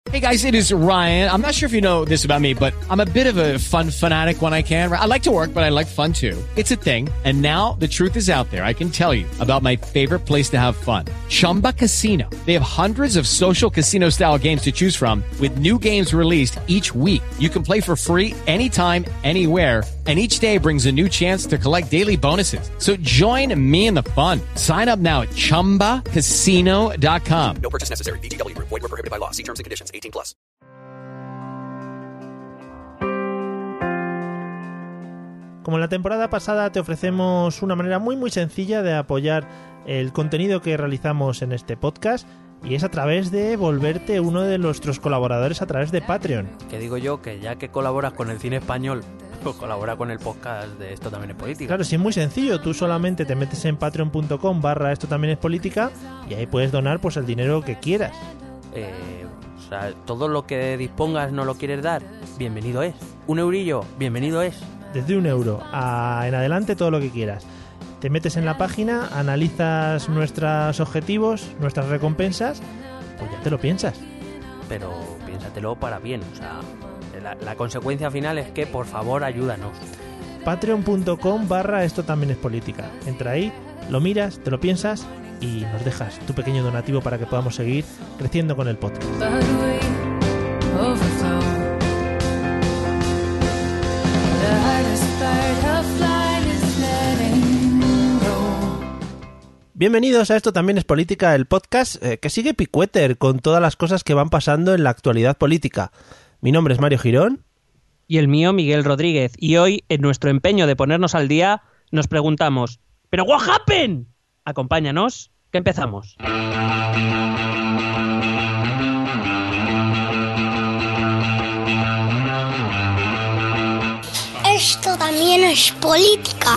Hey guys, it is Ryan. I'm not sure if you know this about me, but I'm a bit of a fun fanatic when I can. I like to work, but I like fun too. It's a thing. And now the truth is out there. I can tell you about my favorite place to have fun. Chumba Casino. They have hundreds of social casino style games to choose from with new games released each week. You can play for free anytime, anywhere. And each day brings a new chance to collect daily bonuses. So join me in the fun. Sign up now at ChumbaCasino.com. No purchase necessary. VGW Group. Void where prohibited by law. See terms and conditions. 18+. Como en la temporada pasada, te ofrecemos una manera muy sencilla de apoyar el contenido que realizamos en este podcast, y es a través de volverte uno de nuestros colaboradores a través de Patreon. Que digo yo que ya que colaboras con el cine español, pues colabora con el podcast de Esto También es Política. Claro, sí, es muy sencillo. Tú solamente te metes en patreon.com/Esto También es Política y ahí puedes donar pues el dinero que quieras. O sea, todo lo que dispongas no lo quieres dar, bienvenido es. €1, bienvenido es. Desde €1 en adelante, todo lo que quieras. Te metes en la página, analizas nuestros objetivos, nuestras recompensas, pues ya te lo piensas. Pero piénsatelo para bien, o sea, la consecuencia final es que por favor ayúdanos. Patreon.com/Esto También es Política. Entra ahí, lo miras, te lo piensas y nos dejas tu pequeño donativo para que podamos seguir creciendo con el podcast. Bienvenidos a Esto También es Política, el podcast que sigue Picuéter con todas las cosas que van pasando en la actualidad política. Mi nombre es Mario Girón. Y el mío, Miguel Rodríguez. Y hoy, en nuestro empeño de ponernos al día, nos preguntamos, ¿pero what happened? Acompáñanos, que empezamos. Esto también es política.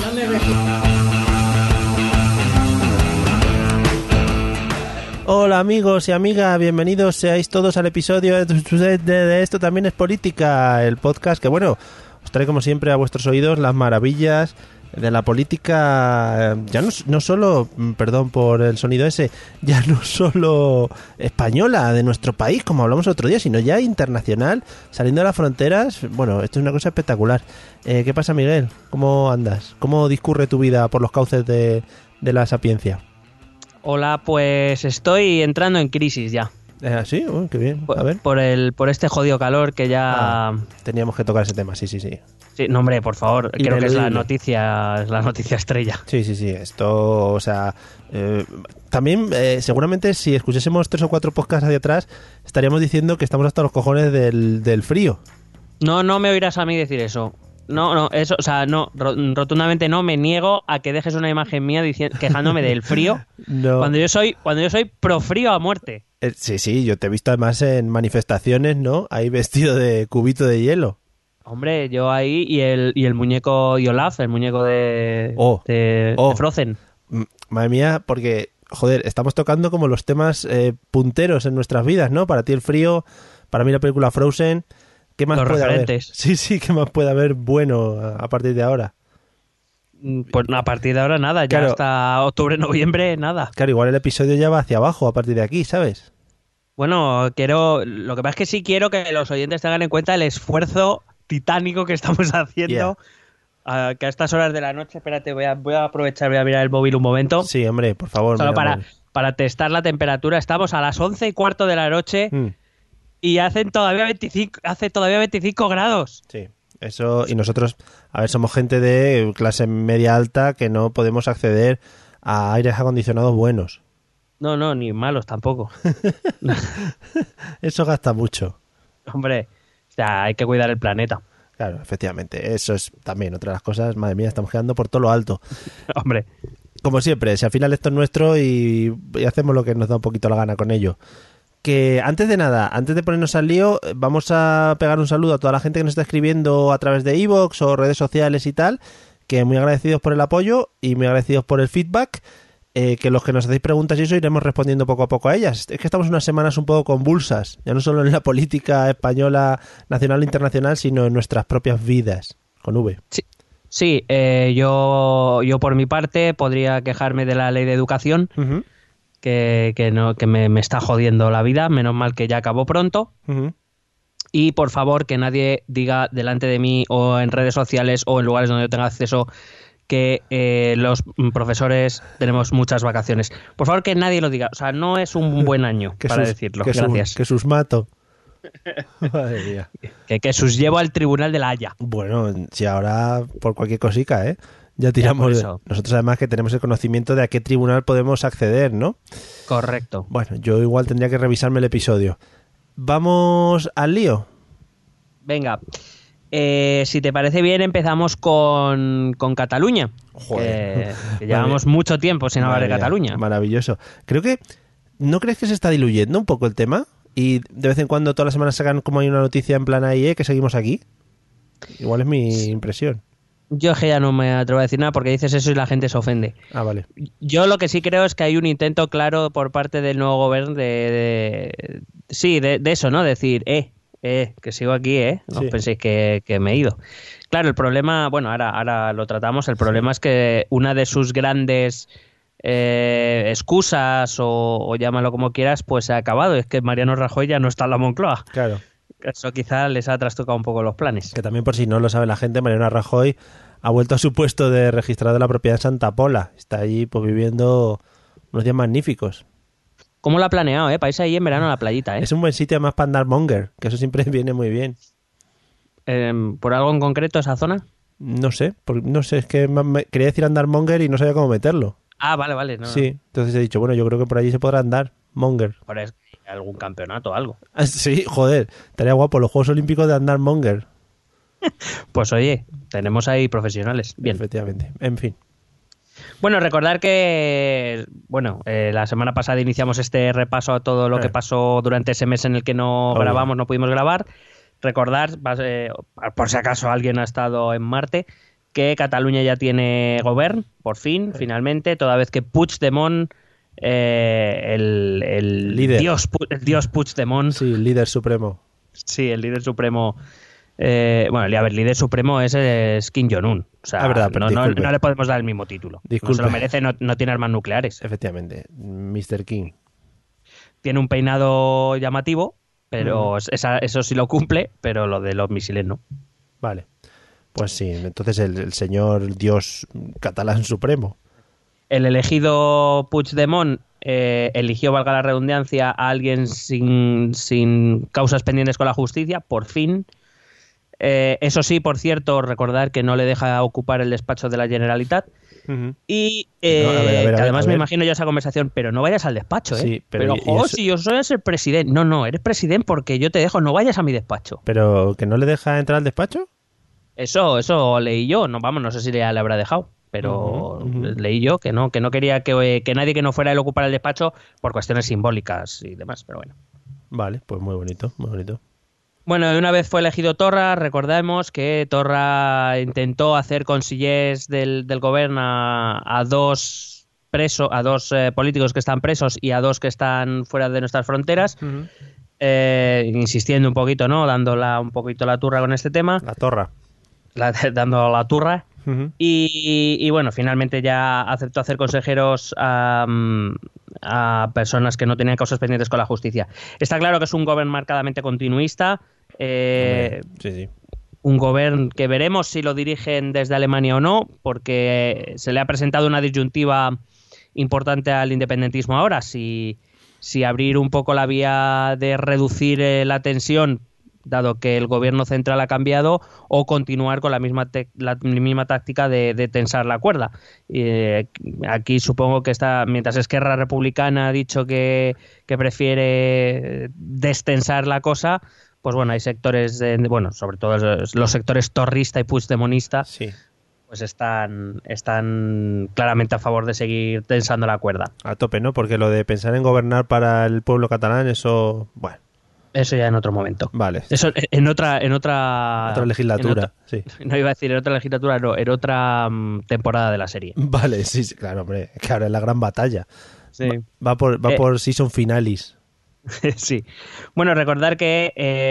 Hola amigos y amigas, bienvenidos seáis todos al episodio de Esto También es Política, el podcast que, bueno, os trae como siempre a vuestros oídos las maravillas de la política, ya no solo, perdón por el sonido ese, ya no solo española de nuestro país, como hablamos el otro día, sino ya internacional, saliendo de las fronteras. Bueno, esto es una cosa espectacular. ¿Qué pasa, Miguel? ¿Cómo andas? ¿Cómo discurre tu vida por los cauces de la sapiencia? Hola, pues estoy entrando en crisis ya. ¿Sí? Qué bien. A ver. Por este jodido calor que ya... teníamos que tocar ese tema, sí. Sí, no, hombre, por favor, creo que es la noticia estrella. Sí, esto, o sea, también seguramente si escuchásemos 3 o 4 podcasts hacia atrás estaríamos diciendo que estamos hasta los cojones del frío. No me oirás a mí decir eso. No, eso, o sea, no, rotundamente no, me niego a que dejes una imagen mía quejándome del frío. No. Cuando yo soy pro frío a muerte. Sí, yo te he visto además en manifestaciones, ¿no? Ahí vestido de cubito de hielo. Hombre, yo ahí y el muñeco de Olaf, el muñeco de Frozen. Madre mía, porque, joder, estamos tocando como los temas punteros en nuestras vidas, ¿no? Para ti el frío, para mí la película Frozen. ¿Qué más los puede referentes. haber? Sí, ¿qué más puede haber bueno a partir de ahora? Pues a partir de ahora nada, ya claro, hasta octubre, noviembre, nada. Claro, igual el episodio ya va hacia abajo a partir de aquí, ¿sabes? Bueno, lo que pasa es que sí quiero que los oyentes tengan en cuenta el esfuerzo titánico que estamos haciendo, que a estas horas de la noche, espérate, voy a aprovechar, voy a mirar el móvil un momento. Sí, hombre, por favor. Solo para testar la temperatura, estamos a las 11:15 de la noche y hace todavía 25 grados. Sí, eso, y nosotros, a ver, somos gente de clase media alta que no podemos acceder a aires acondicionados buenos. No, ni malos tampoco. Eso gasta mucho. Hombre, o sea, hay que cuidar el planeta. Claro, efectivamente. Eso es también otra de las cosas. Madre mía, estamos quedando por todo lo alto. Hombre. Como siempre, si al final esto es nuestro y hacemos lo que nos da un poquito la gana con ello. Que antes de nada, antes de ponernos al lío, vamos a pegar un saludo a toda la gente que nos está escribiendo a través de iVoox o redes sociales y tal, que muy agradecidos por el apoyo y muy agradecidos por el feedback. Que los que nos hacéis preguntas y eso iremos respondiendo poco a poco a ellas. Es que estamos unas semanas un poco convulsas, ya no solo en la política española, nacional e internacional, sino en nuestras propias vidas, con V. Sí, yo por mi parte podría quejarme de la ley de educación, que me está jodiendo la vida. Menos mal que ya acabó pronto. Ujú. Y por favor, que nadie diga delante de mí o en redes sociales o en lugares donde yo tenga acceso que los profesores tenemos muchas vacaciones. Por favor, que nadie lo diga. O sea, no es un buen año para decirlo. Gracias. Que sus mato. Madre mía. Que sus llevo al tribunal de La Haya. Bueno, si ahora por cualquier cosica, ¿eh? Ya tiramos. Ya, por eso. Nosotros además que tenemos el conocimiento de a qué tribunal podemos acceder, ¿no? Correcto. Bueno, yo igual tendría que revisarme el episodio. ¿Vamos al lío? Venga. Si te parece bien, empezamos con Cataluña. Joder. Que llevamos mucho tiempo sin hablar de Madre mía, Cataluña. Maravilloso. Creo que... ¿No crees que se está diluyendo un poco el tema? Y de vez en cuando todas las semanas sacan como hay una noticia en plan ahí, que seguimos aquí. Igual es mi impresión. Yo es que ya no me atrevo a decir nada porque dices eso y la gente se ofende. Ah, vale. Yo lo que sí creo es que hay un intento claro por parte del nuevo gobierno de eso, ¿no? Decir, que sigo aquí, no Sí. penséis que me he ido. Claro, el problema, bueno, ahora lo tratamos, el problema es que una de sus grandes excusas o llámalo como quieras, pues se ha acabado. Es que Mariano Rajoy ya no está en la Moncloa. Claro. Eso quizá les ha trastocado un poco los planes. Que también por si no lo sabe la gente, Mariano Rajoy ha vuelto a su puesto de registrador de la propiedad en Santa Pola. Está allí pues viviendo unos días magníficos. ¿Cómo lo ha planeado, para irse ahí en verano a la playita, Es un buen sitio además para andar monger, que eso siempre viene muy bien. ¿Por algo en concreto esa zona? No sé, es que quería decir andar monger y no sabía cómo meterlo. Ah, vale. No, Sí, entonces he dicho, bueno, yo creo que por allí se podrá andar monger. Por eso, algún campeonato o algo. Ah, sí, joder, estaría guapo los Juegos Olímpicos de andar monger. Pues oye, tenemos ahí profesionales. Bien. Efectivamente, en fin. Bueno, recordar que la semana pasada iniciamos este repaso a todo lo que pasó durante ese mes en el que no grabamos, no pudimos grabar. Recordar, por si acaso alguien ha estado en Marte, que Cataluña ya tiene gobierno, por fin, finalmente, toda vez que Puigdemont, el líder. el dios Puigdemont, Sí, el líder supremo. sí, el líder supremo. El líder supremo es Kim Jong-un. O sea, verdad, pero no disculpe. le podemos dar el mismo título. Disculpe. No se lo merece, no tiene armas nucleares. Efectivamente, Mr. King. Tiene un peinado llamativo, pero eso sí lo cumple, pero lo de los misiles no. Vale. Pues sí, entonces el señor dios catalán supremo. El elegido Puigdemont eligió, valga la redundancia, a alguien sin causas pendientes con la justicia, por fin. Eso sí, por cierto, recordar que no le deja ocupar el despacho de la Generalitat. Y No, a ver, además a me ver. imagino yo esa conversación, pero no vayas al despacho, Sí, pero y eso- si yo soy el presidente. No, eres presidente porque yo te dejo, no vayas a mi despacho. ¿Pero que no le deja entrar al despacho? Eso leí yo, no sé si le habrá dejado, pero leí yo que no quería que nadie que no fuera él ocupara el despacho por cuestiones simbólicas y demás, pero bueno. Vale, pues muy bonito, muy bonito. Bueno, una vez fue elegido Torra, recordemos que Torra intentó hacer consillers del gobierno a dos políticos que están presos y a dos que están fuera de nuestras fronteras, insistiendo un poquito, ¿no? Dándola un poquito la turra con este tema, La torra. dando la turra. Ujú. Y bueno, finalmente ya aceptó hacer consejeros a personas que no tenían causas pendientes con la justicia. Está claro que es un gobierno marcadamente continuista, Hombre, sí. un gobierno que veremos si lo dirigen desde Alemania o no, porque se le ha presentado una disyuntiva importante al independentismo ahora, si abrir un poco la vía de reducir la tensión, dado que el gobierno central ha cambiado, o continuar con la misma táctica de tensar la cuerda. Aquí supongo que mientras Esquerra Republicana ha dicho que prefiere destensar la cosa, pues bueno, hay sectores, sobre todo los sectores torrista y puigdemonista, Sí, pues están claramente a favor de seguir tensando la cuerda. a tope, ¿no? Porque lo de pensar en gobernar para el pueblo catalán, eso, bueno, Eso ya en otro momento. vale. Eso en otra Otra legislatura, sí. No iba a decir en otra legislatura, no, en otra temporada de la serie. Vale, sí, claro, hombre, que ahora es la gran batalla. Sí. Va por season finalis. Sí. Bueno, recordar que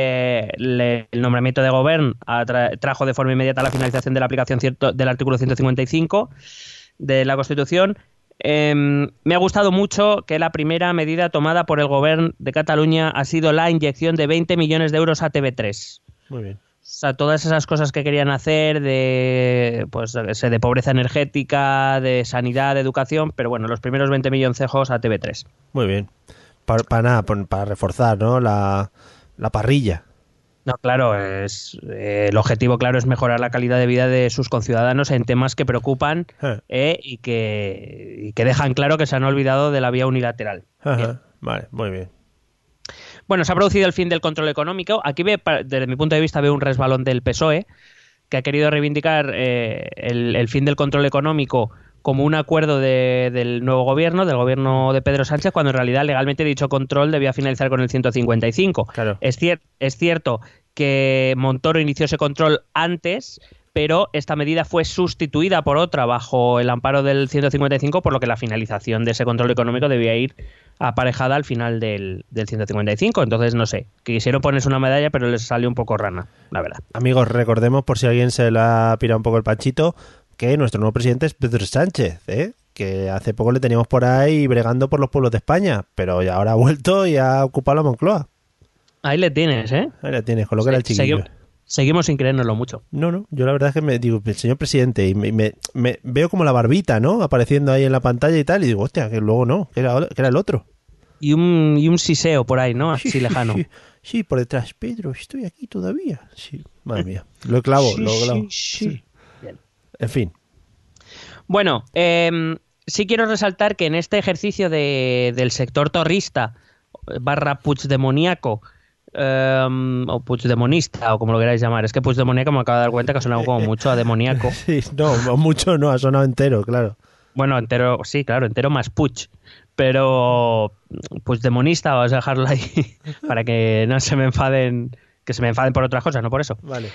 el nombramiento de gobierno trajo de forma inmediata la finalización de la aplicación del artículo 155 de la Constitución. Me ha gustado mucho que la primera medida tomada por el Govern de Cataluña ha sido la inyección de 20 millones de euros a TV3. Muy bien. O sea, todas esas cosas que querían hacer de pobreza energética, de sanidad, de educación, pero bueno, los primeros 20 milloncejos a TV3. Muy bien. Para reforzar, ¿no? La parrilla. No, claro, el objetivo, claro, es mejorar la calidad de vida de sus conciudadanos en temas que preocupan y que dejan claro que se han olvidado de la vía unilateral. Vale, muy bien. Bueno, se ha producido el fin del control económico. Aquí, desde mi punto de vista, veo un resbalón del PSOE, que ha querido reivindicar el fin del control económico como un acuerdo del nuevo gobierno, del gobierno de Pedro Sánchez, cuando en realidad legalmente dicho control debía finalizar con el 155. Claro. Es cierto que Montoro inició ese control antes, pero esta medida fue sustituida por otra bajo el amparo del 155, por lo que la finalización de ese control económico debía ir aparejada al final del 155. Entonces, no sé, quisieron ponerse una medalla, pero les salió un poco rana, la verdad. Amigos, recordemos, por si alguien se le ha pirado un poco el panchito, que nuestro nuevo presidente es Pedro Sánchez, que hace poco le teníamos por ahí bregando por los pueblos de España, pero ya ahora ha vuelto y ha ocupado la Moncloa. Ahí le tienes, ¿eh? Ahí le tienes, con lo que era el chiquillo. Seguimos sin creérnoslo mucho. No, yo la verdad es que me digo, señor presidente, y me veo como la barbita, ¿no? Apareciendo ahí en la pantalla y tal, y digo, hostia, que luego no, que era el otro. Y un siseo por ahí, ¿no? Así lejano. Sí, por detrás. Pedro, estoy aquí todavía. Sí, madre mía. Lo clavo. Sí. Bien. En fin. Bueno, sí quiero resaltar que en este ejercicio del sector torrista / puigdemoníaco o puigdemonista o como lo queráis llamar, es que puigdemoníaco me acabo de dar cuenta que ha sonado como mucho a demoníaco. Sí, no, mucho no, ha sonado entero, claro. Bueno, entero, sí, claro, entero más puig. Pero puigdemonista, vamos a dejarlo ahí para que no se me enfaden, que se me enfaden por otras cosas, no por eso. Vale.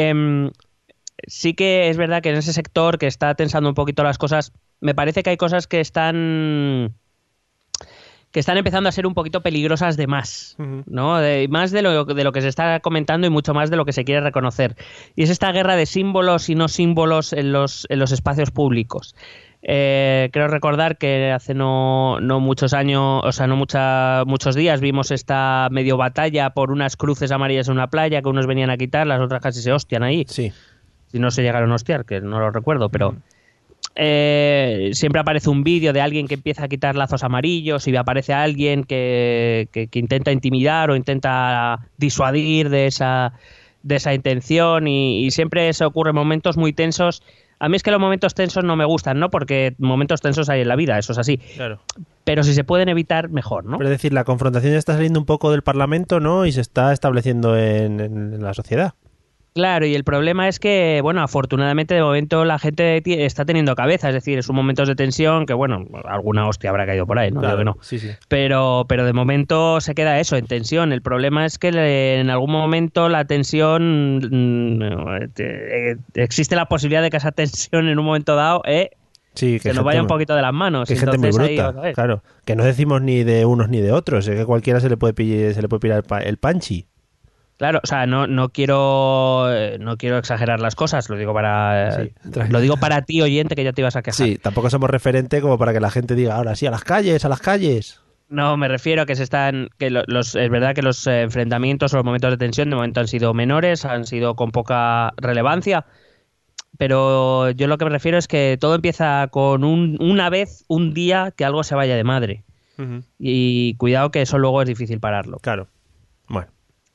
Sí que es verdad que en ese sector que está tensando un poquito las cosas, me parece que hay cosas que están empezando a ser un poquito peligrosas de más, ¿no? Más de lo que se está comentando y mucho más de lo que se quiere reconocer. Y es esta guerra de símbolos y no símbolos en los espacios públicos. Creo recordar que hace no muchos años, o sea, muchos días vimos esta medio batalla por unas cruces amarillas en una playa que unos venían a quitar, las otras casi se hostian ahí. Sí. Si no se llegaron a hostiar, que no lo recuerdo, pero siempre aparece un vídeo de alguien que empieza a quitar lazos amarillos y aparece alguien que intenta intimidar o intenta disuadir de esa intención y siempre se ocurren momentos muy tensos. A mí es que los momentos tensos no me gustan, ¿no? Porque momentos tensos hay en la vida, eso es así. Claro. Pero si se pueden evitar, mejor, ¿no? Pero es decir, la confrontación ya está saliendo un poco del Parlamento, ¿no? Y se está estableciendo en la sociedad. Claro, y el problema es que, bueno, afortunadamente de momento la gente está teniendo cabeza, es decir, es un momento de tensión que, bueno, alguna hostia habrá caído por ahí, ¿no? Claro, Yo que no. sí. Pero de momento se queda eso, en tensión. El problema es que en algún momento la tensión, existe la posibilidad de que esa tensión en un momento dado sí, que se nos vaya un poquito de las manos. Que gente muy bruta, claro. Que no decimos ni de unos ni de otros, es que cualquiera se le puede pillar el panchi. Claro, o sea, no quiero exagerar las cosas, lo digo para ti, oyente, que ya te ibas a quejar. Sí, tampoco somos referente como para que la gente diga, ahora sí, a las calles. No, me refiero a que es verdad que los enfrentamientos o los momentos de tensión de momento han sido menores, han sido con poca relevancia, pero yo lo que me refiero es que todo empieza con un día que algo se vaya de madre. Y cuidado que eso luego es difícil pararlo. Claro, bueno.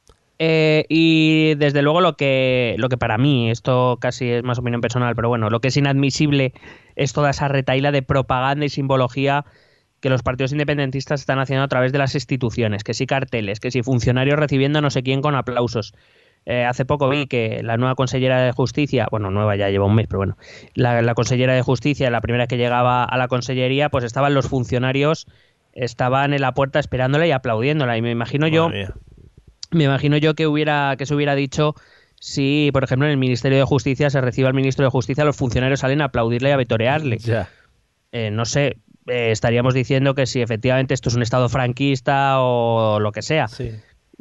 Y desde luego lo que para mí, esto casi es más opinión personal, pero bueno, lo que es inadmisible es toda esa retahíla de propaganda y simbología que los partidos independentistas están haciendo a través de las instituciones, que si carteles, que si funcionarios recibiendo no sé quién con aplausos. Hace poco vi que la nueva consellera de Justicia, bueno, nueva ya lleva un mes, pero bueno, la consellera de Justicia, la primera que llegaba a la consellería, pues estaban los funcionarios, estaban en la puerta esperándola y aplaudiéndola, y me imagino yo que se hubiera dicho si, por ejemplo, en el Ministerio de Justicia se recibe al ministro de Justicia, los funcionarios salen a aplaudirle y a vitorearle. Ya. No sé, estaríamos diciendo que si efectivamente esto es un estado franquista o lo que sea. Sí.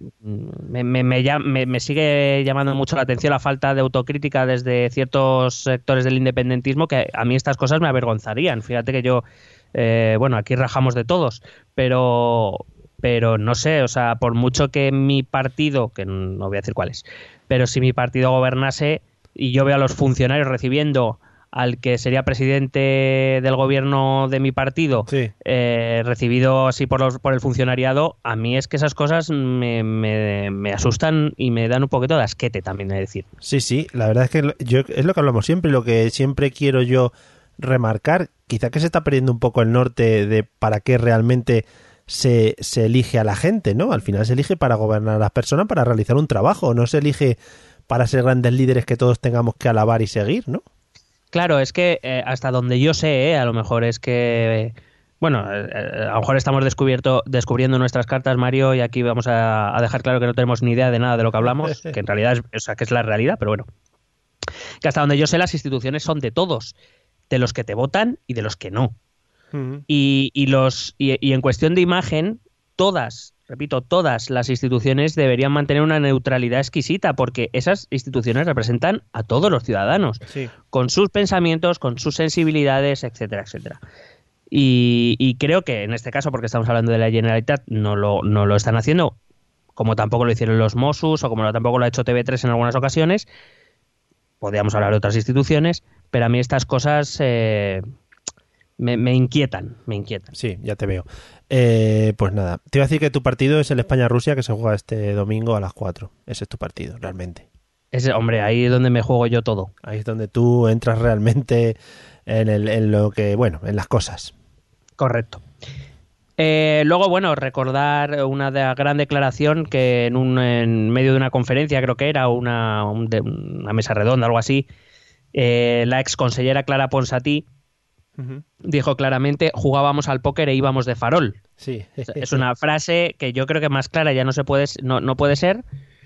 Me sigue llamando mucho la atención la falta de autocrítica desde ciertos sectores del independentismo, que a mí estas cosas me avergonzarían. Fíjate que yo Bueno, aquí rajamos de todos, pero no sé, o sea, por mucho que mi partido, que no voy a decir cuál es, pero si mi partido gobernase y yo veo a los funcionarios recibiendo al que sería presidente del gobierno de mi partido, Sí. Recibido así por el funcionariado, a mí es que esas cosas me asustan y me dan un poquito de asquete también, es decir. Sí, la verdad es que es lo que hablamos siempre, lo que siempre quiero yo remarcar, quizá que se está perdiendo un poco el norte de para qué realmente se elige a la gente, ¿no? Al final se elige para gobernar a las personas, para realizar un trabajo, no se elige para ser grandes líderes que todos tengamos que alabar y seguir, ¿no? Claro, es que hasta donde yo sé, a lo mejor es que... Bueno, a lo mejor estamos descubriendo nuestras cartas, Mario, y aquí vamos a dejar claro que no tenemos ni idea de nada de lo que hablamos, que en realidad que es la realidad, pero bueno. Que hasta donde yo sé, las instituciones son de todos, de los que te votan y de los que no. Uh-huh. Y en cuestión de imagen, todas las instituciones deberían mantener una neutralidad exquisita, porque esas instituciones representan a todos los ciudadanos, Sí. con sus pensamientos, con sus sensibilidades, etcétera, etcétera. Y creo que en este caso, porque estamos hablando de la Generalitat, no lo están haciendo, como tampoco lo hicieron los Mossos o como tampoco lo ha hecho TV3 en algunas ocasiones. Podríamos hablar de otras instituciones, pero a mí estas cosas me inquietan. Sí, ya te veo. Pues nada, te iba a decir que tu partido es el España-Rusia, que se juega este domingo a las 4. Ese es tu partido, realmente. Hombre, ahí es donde me juego yo todo. Ahí es donde tú entras realmente en lo que, bueno, en las cosas. Correcto. Luego, bueno, recordar una gran declaración que en medio de una conferencia, creo que era una mesa redonda, algo así, la exconsellera Clara Ponsatí dijo claramente: jugábamos al póker e íbamos de farol. Sí. Es una frase que yo creo que más clara ya no puede ser.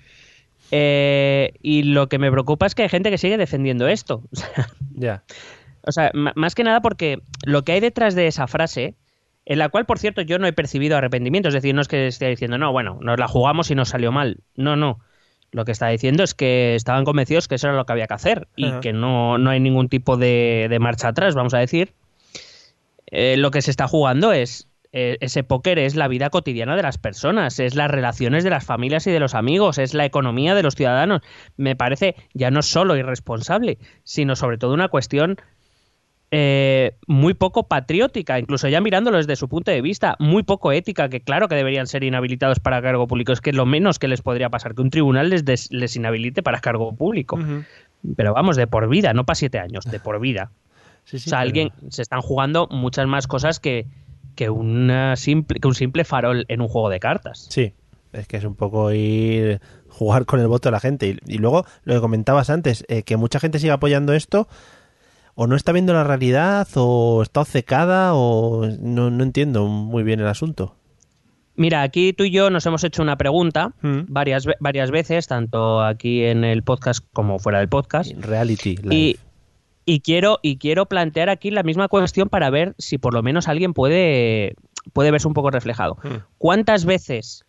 Y lo que me preocupa es que hay gente que sigue defendiendo esto. Ya. O sea, más que nada porque lo que hay detrás de esa frase, en la cual, por cierto, yo no he percibido arrepentimiento, es decir, no es que esté diciendo, no, bueno, nos la jugamos y nos salió mal. No. Lo que está diciendo es que estaban convencidos que eso era lo que había que hacer y que no hay ningún tipo de marcha atrás, vamos a decir. Lo que se está jugando es ese póker, es la vida cotidiana de las personas, es las relaciones de las familias y de los amigos, es la economía de los ciudadanos. Me parece ya no solo irresponsable, sino sobre todo una cuestión muy poco patriótica, incluso ya mirándolo desde su punto de vista, muy poco ética, que claro que deberían ser inhabilitados para cargo público. Es que lo menos que les podría pasar, que un tribunal les inhabilite para cargo público. Uh-huh. Pero vamos, de por vida, no para 7 años, de por vida. Sí, o sea, se están jugando muchas más cosas que un simple farol en un juego de cartas. Sí, es que es un poco jugar con el voto de la gente. Y luego, lo que comentabas antes, que mucha gente sigue apoyando esto, o no está viendo la realidad, o está obcecada, o no entiendo muy bien el asunto. Mira, aquí tú y yo nos hemos hecho una pregunta varias veces, tanto aquí en el podcast como fuera del podcast. Reality Live. Y quiero plantear aquí la misma cuestión para ver si por lo menos alguien puede verse un poco reflejado. ¿Cuántas veces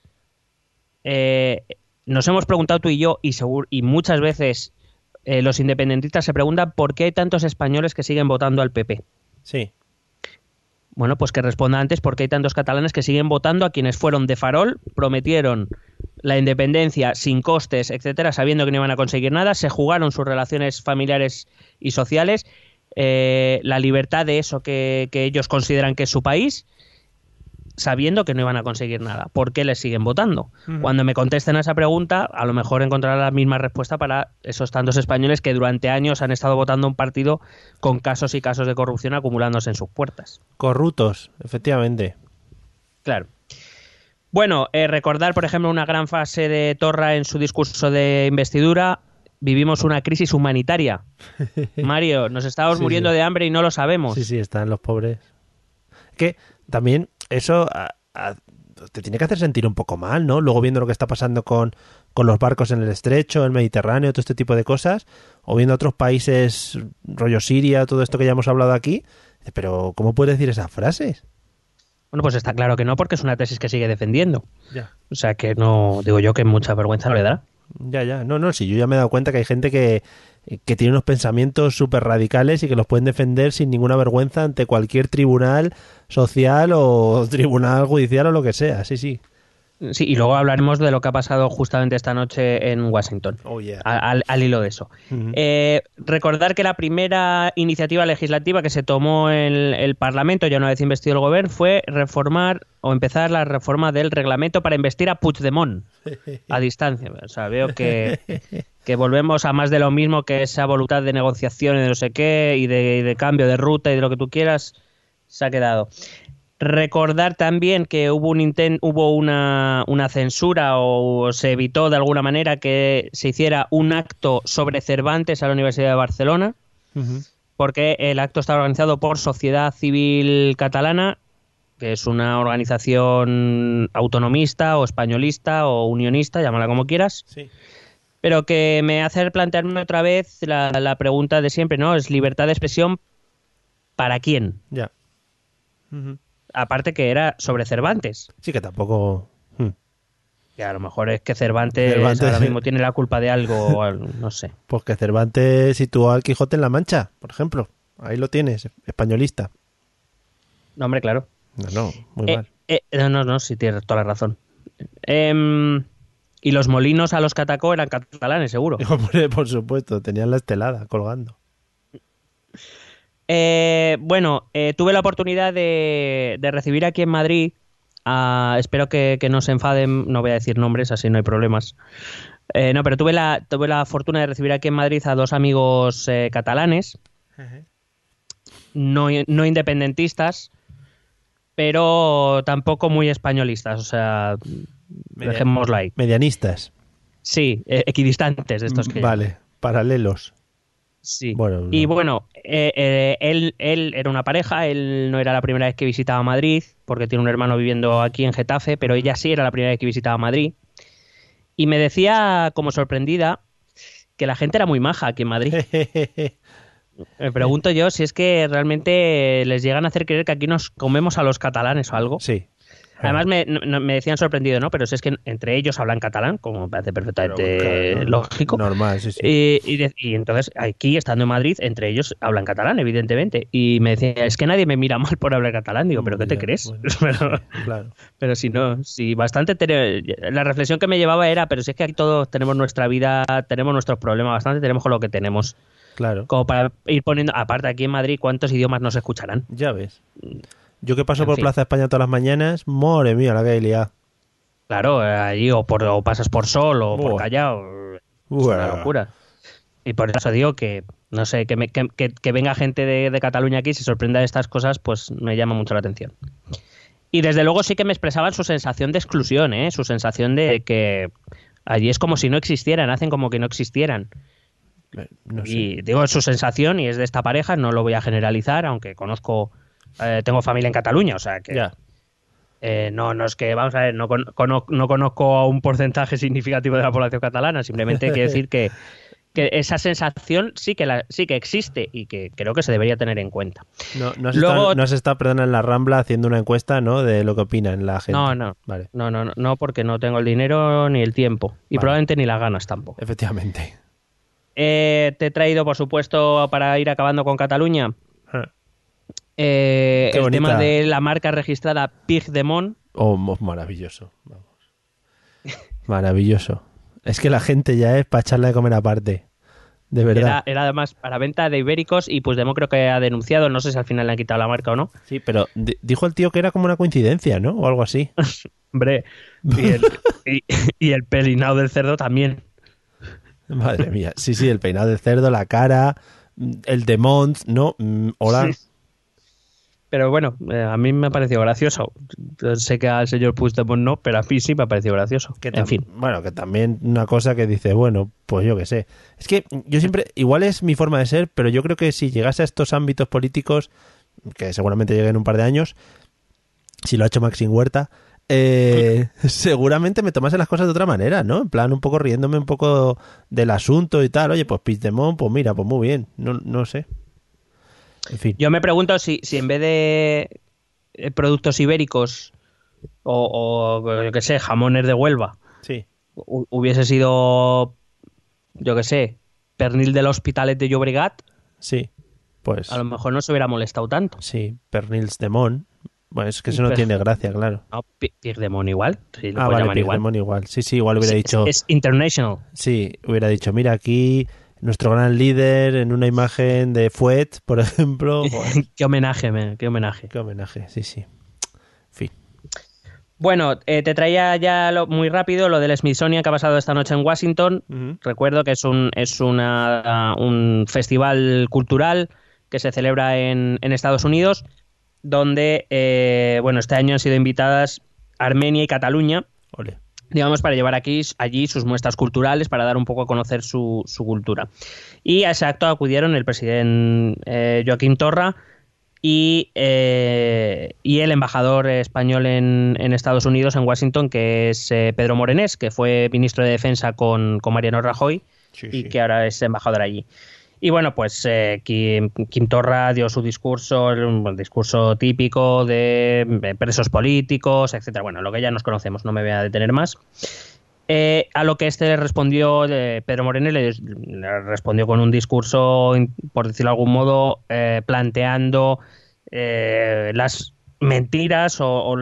nos hemos preguntado tú y yo, y muchas veces los independentistas se preguntan por qué hay tantos españoles que siguen votando al PP? Sí. Bueno, pues que responda antes por qué hay tantos catalanes que siguen votando a quienes fueron de farol, prometieron la independencia sin costes, etcétera, sabiendo que no iban a conseguir nada, se jugaron sus relaciones familiares y sociales, la libertad de eso que ellos consideran que es su país, sabiendo que no iban a conseguir nada. ¿Por qué les siguen votando? Uh-huh. Cuando me contesten a esa pregunta, a lo mejor encontrarán la misma respuesta para esos tantos españoles que durante años han estado votando un partido con casos y casos de corrupción acumulándose en sus puertas. Corruptos, efectivamente. Claro. Bueno, recordar, por ejemplo, una gran frase de Torra en su discurso de investidura: vivimos una crisis humanitaria. Mario, nos estamos muriendo de hambre y no lo sabemos. Sí, están los pobres. Que también eso te tiene que hacer sentir un poco mal, ¿no? Luego viendo lo que está pasando con los barcos en el estrecho, el Mediterráneo, todo este tipo de cosas, o viendo otros países, rollo Siria, todo esto que ya hemos hablado aquí. Pero ¿cómo puedes decir esas frases? Bueno, pues está claro que no, porque es una tesis que sigue defendiendo. Ya. O sea que no, digo yo que mucha vergüenza no le dará. Ya. No, sí, yo ya me he dado cuenta que hay gente que tiene unos pensamientos súper radicales y que los pueden defender sin ninguna vergüenza ante cualquier tribunal social o tribunal judicial o lo que sea. Sí, sí. Sí, y luego hablaremos de lo que ha pasado justamente esta noche en Washington, Oh, yeah. al hilo de eso. Ujú. Recordar que la primera iniciativa legislativa que se tomó en el Parlamento, ya una vez investido el gobierno, fue reformar o empezar la reforma del reglamento para investir a Puigdemont a distancia. O sea, veo que volvemos a más de lo mismo, que esa voluntad de negociación y de no sé qué, y de cambio de ruta y de lo que tú quieras, se ha quedado. Recordar también que hubo una censura o se evitó de alguna manera que se hiciera un acto sobre Cervantes a la Universidad de Barcelona, porque el acto está organizado por Sociedad Civil Catalana, que es una organización autonomista o españolista o unionista, llámala como quieras, Sí. pero que me hace plantearme otra vez la pregunta de siempre, ¿no? ¿Es libertad de expresión para quién? Ya. Ujú. Aparte que era sobre Cervantes. Sí, que tampoco... Que a lo mejor es que Cervantes ahora mismo tiene la culpa de algo, o no sé. Pues que Cervantes situó al Quijote en la Mancha, por ejemplo. Ahí lo tienes, españolista. No, hombre, claro. No, muy mal. No, sí, tienes toda la razón. Y los molinos a los que atacó eran catalanes, seguro. Hombre, por supuesto, tenían la estelada colgando. Tuve la oportunidad de recibir aquí en Madrid, espero que no se enfaden, no voy a decir nombres, así no hay problemas. Pero tuve la fortuna de recibir aquí en Madrid a dos amigos catalanes, no independentistas, pero tampoco muy españolistas, o sea, dejémoslo ahí. Medianistas. Sí, equidistantes de estos que... Vale, paralelos. Sí. Bueno, Y no. bueno, él era una pareja, él no era la primera vez que visitaba Madrid, porque tiene un hermano viviendo aquí en Getafe, pero ella sí era la primera vez que visitaba Madrid. Y me decía, como sorprendida, que la gente era muy maja aquí en Madrid. Me pregunto yo si es que realmente les llegan a hacer creer que aquí nos comemos a los catalanes o algo. Sí. Además me decían sorprendido, ¿no? Pero si es que entre ellos hablan catalán, como me parece perfectamente Claro, lógico. Normal, sí, sí. Y entonces aquí, estando en Madrid, entre ellos hablan catalán, evidentemente. Y me decía, es que nadie me mira mal por hablar catalán. Digo, ¿pero qué te Ya, crees? bueno, claro. Pero si no, si bastante... La reflexión que me llevaba era, pero si es que aquí todos tenemos nuestra vida, tenemos nuestros problemas, bastante tenemos con lo que tenemos. Claro. Como para ir poniendo, aparte aquí en Madrid, ¿cuántos idiomas nos escucharán? Ya ves. Yo que paso En por fin. Plaza España todas las mañanas, madre mía, la que hay liado. Claro, allí o pasas por Sol o por Buah. Callao. Es Buah. una locura. Y por eso digo que, no sé, que venga gente de Cataluña aquí y se sorprenda de estas cosas, pues me llama mucho la atención. Y desde luego sí que me expresaban su sensación de exclusión, ¿eh? Su sensación de que allí es como si no existieran, hacen como que no existieran. No sé. Y digo su sensación, y es de esta pareja, no lo voy a generalizar, aunque tengo familia en Cataluña, o sea que... Ya. No es que, vamos a ver, no conozco a un porcentaje significativo de la población catalana, simplemente quiero decir que esa sensación sí que existe y que creo que se debería tener en cuenta. No Luego- has estado, perdona, en la Rambla haciendo una encuesta, ¿no? De lo que opinan la gente. No, Vale, no, porque no tengo el dinero ni el tiempo y Vale. probablemente ni las ganas tampoco. efectivamente. Te he traído, por supuesto, para ir acabando con Cataluña, el bonita. tema de la marca registrada Puigdemont. Oh, maravilloso. Vamos. Maravilloso. Es que la gente ya es para echarla de comer aparte. De verdad. Era además para venta de ibéricos y Puigdemont creo que ha denunciado, no sé si al final le han quitado la marca o no. Sí, pero dijo el tío que era como una coincidencia, ¿no? O algo así. Hombre, y el peinado del cerdo también. Madre mía. Sí, el peinado del cerdo, la cara, el de Mons, ¿no? Hola. Sí. Pero bueno, a mí me ha parecido gracioso. Sé que al señor Puigdemont no, pero a mí sí me ha parecido gracioso. En fin. Bueno, que también una cosa que dice, bueno, pues yo qué sé. Es que yo siempre, igual es mi forma de ser, pero yo creo que si llegase a estos ámbitos políticos, que seguramente llegue en un par de años, si lo ha hecho Maxim Huerta, seguramente me tomase las cosas de otra manera, ¿no? En plan, un poco riéndome un poco del asunto y tal. Oye, pues Puigdemont, pues mira, pues muy bien. No sé. En fin. Yo me pregunto si en vez de productos ibéricos o yo qué sé, jamones de Huelva, Sí. hubiese sido, yo qué sé, Pernil del Hospitalet de Llobregat, Sí, pues a lo mejor no se hubiera molestado tanto. sí, Pernils de Mon. Bueno, es que eso no Pero- tiene gracia, claro. No, Pierdemont igual. Sí, lo Ah, puedes vale, llamar igual. Pierdemont igual. Sí, sí, igual hubiera dicho... Es international. Sí, hubiera dicho, mira aquí nuestro gran líder en una imagen de Fuet, por ejemplo. Joder, Qué homenaje, qué homenaje. qué homenaje, sí, sí. En fin. Bueno, te traía ya muy rápido lo del Smithsonian que ha pasado esta noche en Washington. Ujú. Recuerdo que es un festival cultural que se celebra en Estados Unidos, donde, bueno, este año han sido invitadas Armenia y Cataluña, Ole. digamos, para llevar allí sus muestras culturales, para dar un poco a conocer su cultura. Y a ese acto acudieron el presidente Joaquim Torra y el embajador español en Estados Unidos, en Washington, que es Pedro Morenés, que fue ministro de Defensa con Mariano Rajoy Sí, y sí. que ahora es embajador allí. Y bueno, pues Quim Torra dio su discurso, un discurso típico de presos políticos, etcétera. Bueno, lo que ya nos conocemos, no me voy a detener más. A lo que este respondió, Pedro Morenés le respondió con un discurso, por decirlo de algún modo, planteando las mentiras o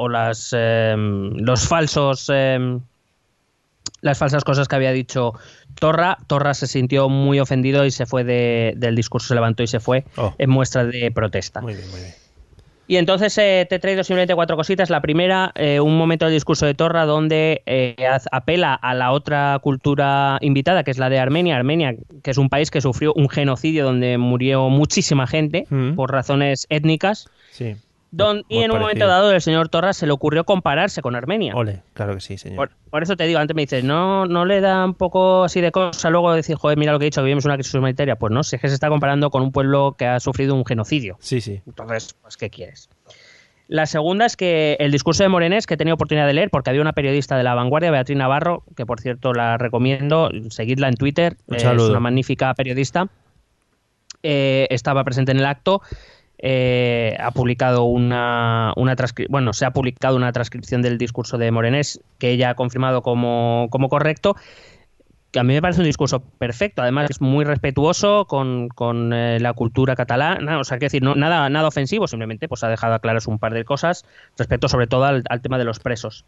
los falsos... las falsas cosas que había dicho Torra. Torra se sintió muy ofendido y se fue del discurso, se levantó y se fue en muestra de protesta. Muy bien, muy bien. Y entonces te he traído simplemente 4 cositas. La primera, un momento del discurso de Torra donde apela a la otra cultura invitada, que es la de Armenia. Armenia, que es un país que sufrió un genocidio donde murió muchísima gente por razones étnicas. Sí. Y en un momento dado el señor Torra se le ocurrió compararse con Armenia. Ole, claro que sí, señor. Por eso te digo, antes me dices, ¿no le da un poco así de cosa luego decir, joder, mira lo que he dicho, que vivimos una crisis humanitaria? Pues no, si es que se está comparando con un pueblo que ha sufrido un genocidio. Sí, sí. Entonces, pues, ¿qué quieres? La segunda es que el discurso de Morenés, que he tenido oportunidad de leer, porque había una periodista de La Vanguardia, Beatriz Navarro, que por cierto la recomiendo, seguidla en Twitter, Un saludo. es una magnífica periodista, estaba presente en el acto. Ha publicado se ha publicado una transcripción del discurso de Morenés que ella ha confirmado como correcto, que a mí me parece un discurso perfecto, además es muy respetuoso con la cultura catalana, o sea, quiero decir, nada ofensivo, simplemente pues ha dejado claras un par de cosas respecto sobre todo al tema de los presos.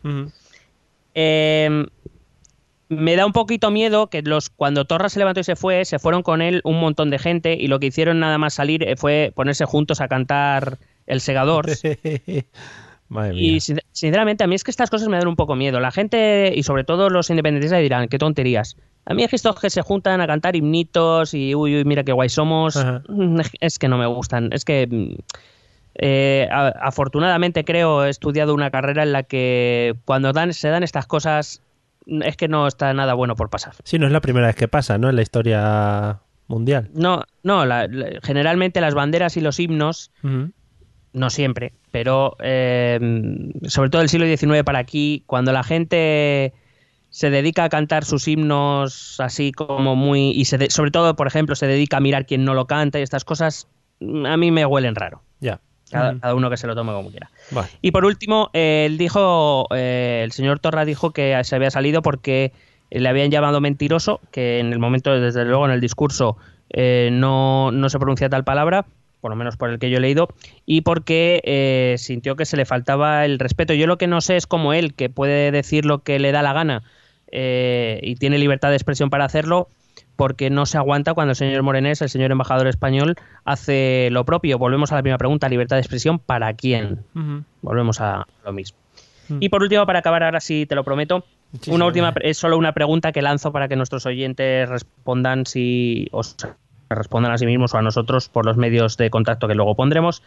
Me da un poquito miedo que cuando Torra se levantó y se fueron con él un montón de gente y lo que hicieron nada más salir fue ponerse juntos a cantar El Segador. Madre mía. Y sinceramente a mí es que estas cosas me dan un poco miedo. La gente y sobre todo los independentistas dirán, qué tonterías. A mí es que estos que se juntan a cantar himnitos y uy, mira qué guay somos, es que no me gustan. Es que afortunadamente creo he estudiado una carrera en la que cuando se dan estas cosas es que no está nada bueno por pasar. Sí, no es la primera vez que pasa, ¿no? En la historia mundial. No, generalmente las banderas y los himnos, no siempre, pero sobre todo el siglo XIX para aquí, cuando la gente se dedica a cantar sus himnos así como muy... y sobre todo, por ejemplo, se dedica a mirar quién no lo canta y estas cosas, a mí me huelen raro. Ya. Cada uno que se lo tome como quiera. Vale. Y por último, el señor Torra dijo que se había salido porque le habían llamado mentiroso, que en el momento, desde luego en el discurso, no se pronuncia tal palabra, por lo menos por el que yo he leído, y porque sintió que se le faltaba el respeto. Yo lo que no sé es cómo él, que puede decir lo que le da la gana y tiene libertad de expresión para hacerlo, porque no se aguanta cuando el señor Morenés, el señor embajador español, hace lo propio. Volvemos a la primera pregunta, libertad de expresión, ¿para quién? Volvemos a lo mismo. Y por último, para acabar, ahora sí te lo prometo, es solo una pregunta que lanzo para que nuestros oyentes respondan respondan a sí mismos o a nosotros por los medios de contacto que luego pondremos.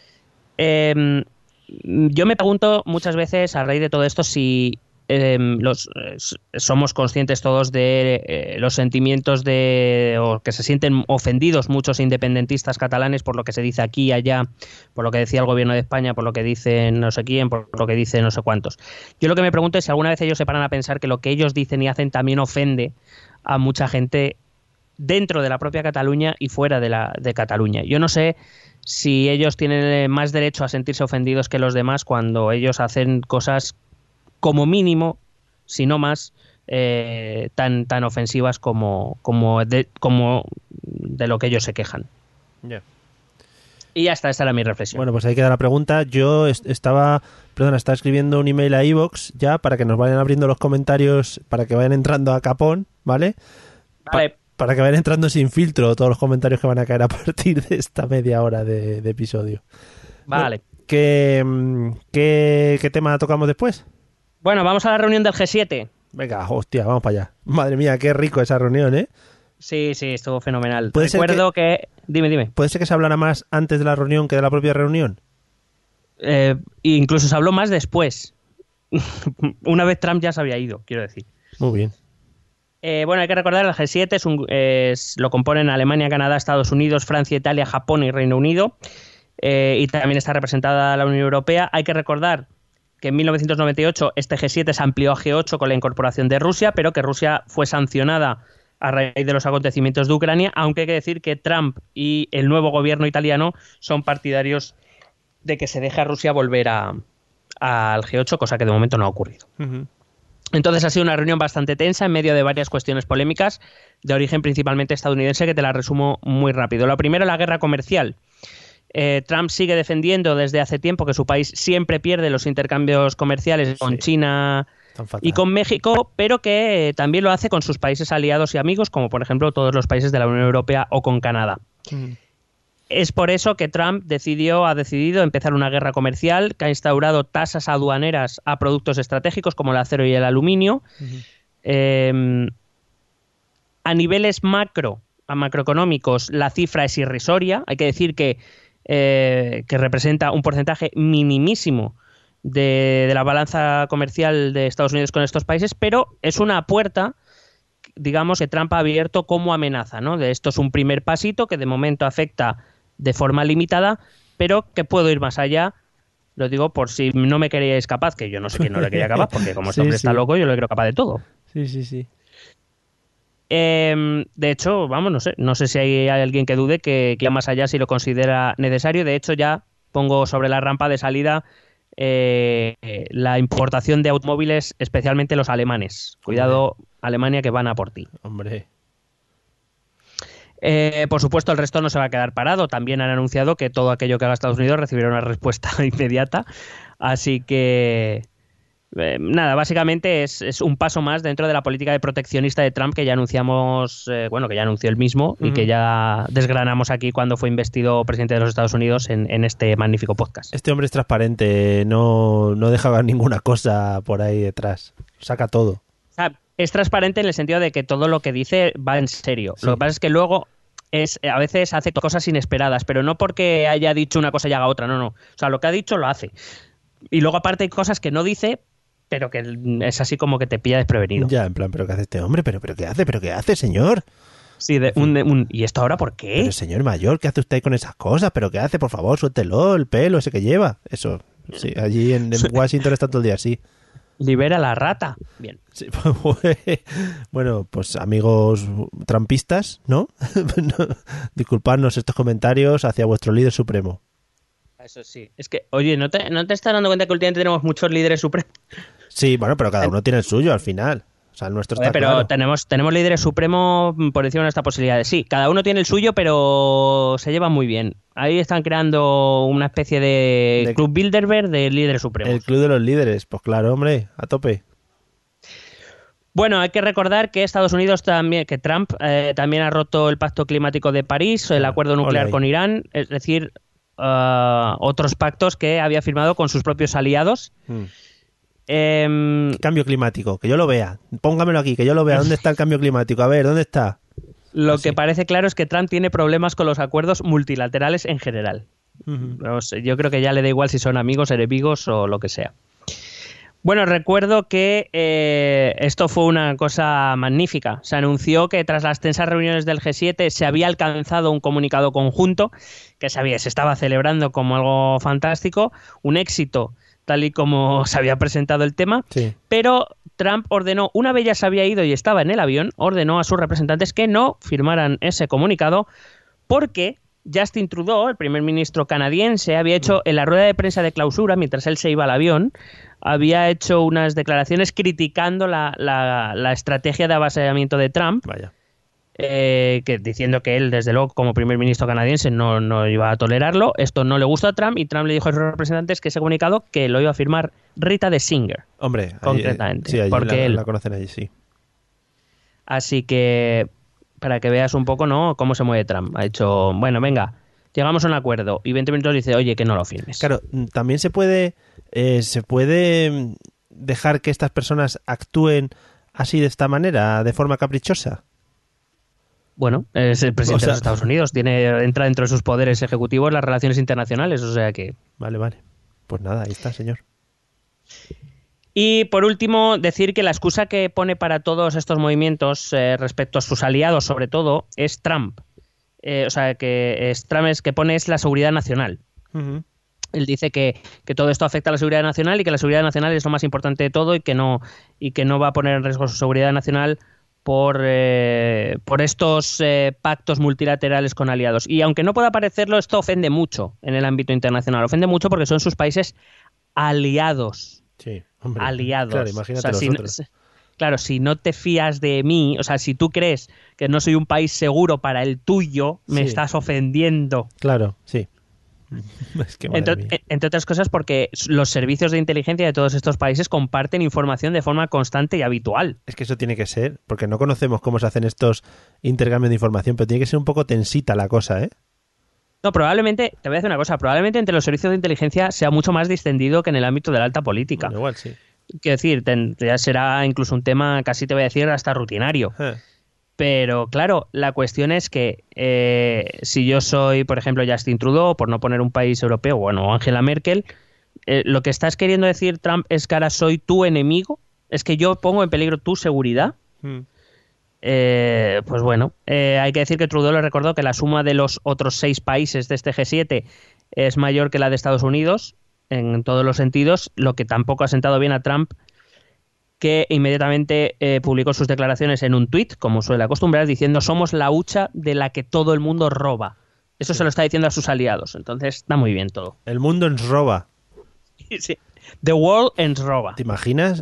Yo me pregunto muchas veces, a raíz de todo esto, si somos conscientes todos de los sentimientos o que se sienten ofendidos muchos independentistas catalanes por lo que se dice aquí y allá, por lo que decía el gobierno de España, por lo que dicen no sé quién, por lo que dicen no sé cuántos. Yo lo que me pregunto es si alguna vez ellos se paran a pensar que lo que ellos dicen y hacen también ofende a mucha gente dentro de la propia Cataluña y fuera de Cataluña. Yo no sé si ellos tienen más derecho a sentirse ofendidos que los demás cuando ellos hacen cosas como mínimo, si no más, tan ofensivas como de lo que ellos se quejan. Yeah. Y ya está, esta era mi reflexión. Bueno, pues ahí queda la pregunta. Yo estaba escribiendo un email a iVoox ya para que nos vayan abriendo los comentarios, para que vayan entrando a capón, ¿vale? Vale. Para que vayan entrando sin filtro todos los comentarios que van a caer a partir de esta media hora de episodio. Vale. ¿Qué tema tocamos después? Bueno, vamos a la reunión del G7. Venga, hostia, vamos para allá. Madre mía, qué rico esa reunión, ¿eh? Sí, estuvo fenomenal. ¿Puede ser Recuerdo que... Dime. ¿Puede ser que se hablara más antes de la reunión que de la propia reunión? Incluso se habló más después. Una vez Trump ya se había ido, quiero decir. Muy bien. Bueno, hay que recordar que el G7 lo componen Alemania, Canadá, Estados Unidos, Francia, Italia, Japón y Reino Unido. Y también está representada la Unión Europea. Hay que recordar que en 1998 este G7 se amplió a G8 con la incorporación de Rusia, pero que Rusia fue sancionada a raíz de los acontecimientos de Ucrania, aunque hay que decir que Trump y el nuevo gobierno italiano son partidarios de que se deje a Rusia volver al G8, cosa que de momento no ha ocurrido. Uh-huh. Entonces ha sido una reunión bastante tensa en medio de varias cuestiones polémicas de origen principalmente estadounidense, que te la resumo muy rápido. Lo primero, la guerra comercial. Trump sigue defendiendo desde hace tiempo que su país siempre pierde los intercambios comerciales con China y con México, pero que también lo hace con sus países aliados y amigos, como por ejemplo todos los países de la Unión Europea o con Canadá. Es por eso que Trump ha decidido empezar una guerra comercial que ha instaurado tasas aduaneras a productos estratégicos como el acero y el aluminio. A niveles macroeconómicos, la cifra es irrisoria. Hay que decir que representa un porcentaje minimísimo de la balanza comercial de Estados Unidos con estos países, pero es una puerta, digamos, que Trump ha abierto como amenaza, ¿no? De esto es un primer pasito que de momento afecta de forma limitada, pero que puedo ir más allá. Lo digo por si no me creíais capaz, que yo no sé quién no le creía capaz, porque como este hombre está loco, yo lo creo capaz de todo. Sí. De hecho, vamos, no sé si hay alguien que dude que ir más allá si lo considera necesario. De hecho, ya pongo sobre la rampa de salida la importación de automóviles, especialmente los alemanes. Cuidado, Alemania, que van a por ti. Hombre. Por supuesto, el resto no se va a quedar parado. También han anunciado que todo aquello que haga Estados Unidos recibirá una respuesta inmediata. Así que... nada, básicamente es un paso más dentro de la política de proteccionista de Trump que ya anunciamos, que ya anunció él mismo y que ya desgranamos aquí cuando fue investido presidente de los Estados Unidos en este magnífico podcast. Este hombre es transparente, no deja ninguna cosa por ahí detrás, saca todo. O sea, es transparente en el sentido de que todo lo que dice va en serio. Sí. Lo que pasa es que luego a veces hace cosas inesperadas, pero no porque haya dicho una cosa y haga otra, no. O sea, lo que ha dicho lo hace. Y luego aparte hay cosas que no dice, pero que es así como que te pilla desprevenido. Ya, en plan, ¿pero qué hace este hombre? ¿Pero qué hace, señor? Sí, ¿y esto ahora por qué? Pero señor mayor, ¿qué hace usted con esas cosas? ¿Pero qué hace? Por favor, suéltelo, el pelo ese que lleva. Eso, sí, allí en Washington está todo el día así. Libera la rata. Bien. Sí, bueno, pues amigos trumpistas, ¿no? Disculpadnos estos comentarios hacia vuestro líder supremo. Eso sí. Es que, oye, ¿no te estás dando cuenta que últimamente tenemos muchos líderes supremos? Sí, bueno, pero cada uno tiene el suyo al final. O sea, el nuestro está pero claro. tenemos líderes supremos por encima de esta posibilidad. Sí, cada uno tiene el suyo, pero se llevan muy bien. Ahí están creando una especie de Club Bilderberg de líderes supremos. El club de los líderes. Pues claro, hombre, a tope. Bueno, hay que recordar que Estados Unidos también, que Trump también ha roto el Pacto Climático de París, el acuerdo nuclear con Irán, es decir, otros pactos que había firmado con sus propios aliados. Cambio climático, que yo lo vea. Póngamelo aquí, que yo lo vea. ¿Dónde está el cambio climático? A ver, ¿dónde está? Lo que parece claro es que Trump tiene problemas con los acuerdos multilaterales en general. Yo creo que ya le da igual si son amigos, enemigos o lo que sea. Bueno, recuerdo que esto fue una cosa magnífica. Se anunció que tras las tensas reuniones del G7 se había alcanzado un comunicado conjunto que se estaba celebrando como algo fantástico, un éxito tal y como se había presentado el tema, sí. Pero Trump ordenó, una vez ya se había ido y estaba en el avión, ordenó a sus representantes que no firmaran ese comunicado porque Justin Trudeau, el primer ministro canadiense, había hecho en la rueda de prensa de clausura, mientras él se iba al avión, había hecho unas declaraciones criticando la estrategia de avasallamiento de Trump. Vaya. Diciendo que él, desde luego, como primer ministro canadiense, no iba a tolerarlo. Esto no le gustó a Trump y Trump le dijo a sus representantes que ese comunicado que lo iba a firmar Rita de Singer. Hombre, concretamente. Sí, allí porque la conocen allí, sí. Así que, para que veas un poco, ¿no?, cómo se mueve Trump. Ha dicho, bueno, venga, llegamos a un acuerdo. Y 20 minutos dice, oye, que no lo firmes. Claro, también se puede dejar que estas personas actúen así de esta manera, de forma caprichosa. Bueno, es el presidente de los Estados Unidos, entra dentro de sus poderes ejecutivos las relaciones internacionales, o sea que... Vale. Pues nada, ahí está, señor. Y por último, decir que la excusa que pone para todos estos movimientos respecto a sus aliados, sobre todo, es Trump. Trump es que pone es la seguridad nacional. Uh-huh. Él dice que todo esto afecta a la seguridad nacional y que la seguridad nacional es lo más importante de todo y que no va a poner en riesgo su seguridad nacional por estos pactos multilaterales con aliados. Y aunque no pueda parecerlo, esto ofende mucho en el ámbito internacional. Ofende mucho porque son sus países aliados. Sí, hombre. Aliados. Claro, imagínate si no te fías de mí, o sea, si tú crees que no soy un país seguro para el tuyo, me estás ofendiendo. Claro, sí. Es que entre otras cosas porque los servicios de inteligencia de todos estos países comparten información de forma constante y habitual. Es que eso tiene que ser, porque no conocemos cómo se hacen estos intercambios de información, pero tiene que ser un poco tensita la cosa, ¿eh? No, probablemente, te voy a decir una cosa, probablemente entre los servicios de inteligencia sea mucho más distendido que en el ámbito de la alta política. Bueno, igual sí. Quiero decir, ya será incluso un tema, casi te voy a decir, hasta rutinario. Pero claro, la cuestión es que si yo soy, por ejemplo, Justin Trudeau, por no poner un país europeo, o Angela Merkel, lo que estás queriendo decir, Trump, es que ahora soy tu enemigo, es que yo pongo en peligro tu seguridad. Pues bueno, hay que decir que Trudeau le recordó que la suma de los otros 6 países de este G7 es mayor que la de Estados Unidos en todos los sentidos, lo que tampoco ha sentado bien a Trump, que inmediatamente publicó sus declaraciones en un tuit, como suele acostumbrar, diciendo somos la hucha de la que todo el mundo roba. Eso se lo está diciendo a sus aliados, entonces está muy bien todo. El mundo ens roba. Sí. The world ens roba. ¿Te imaginas?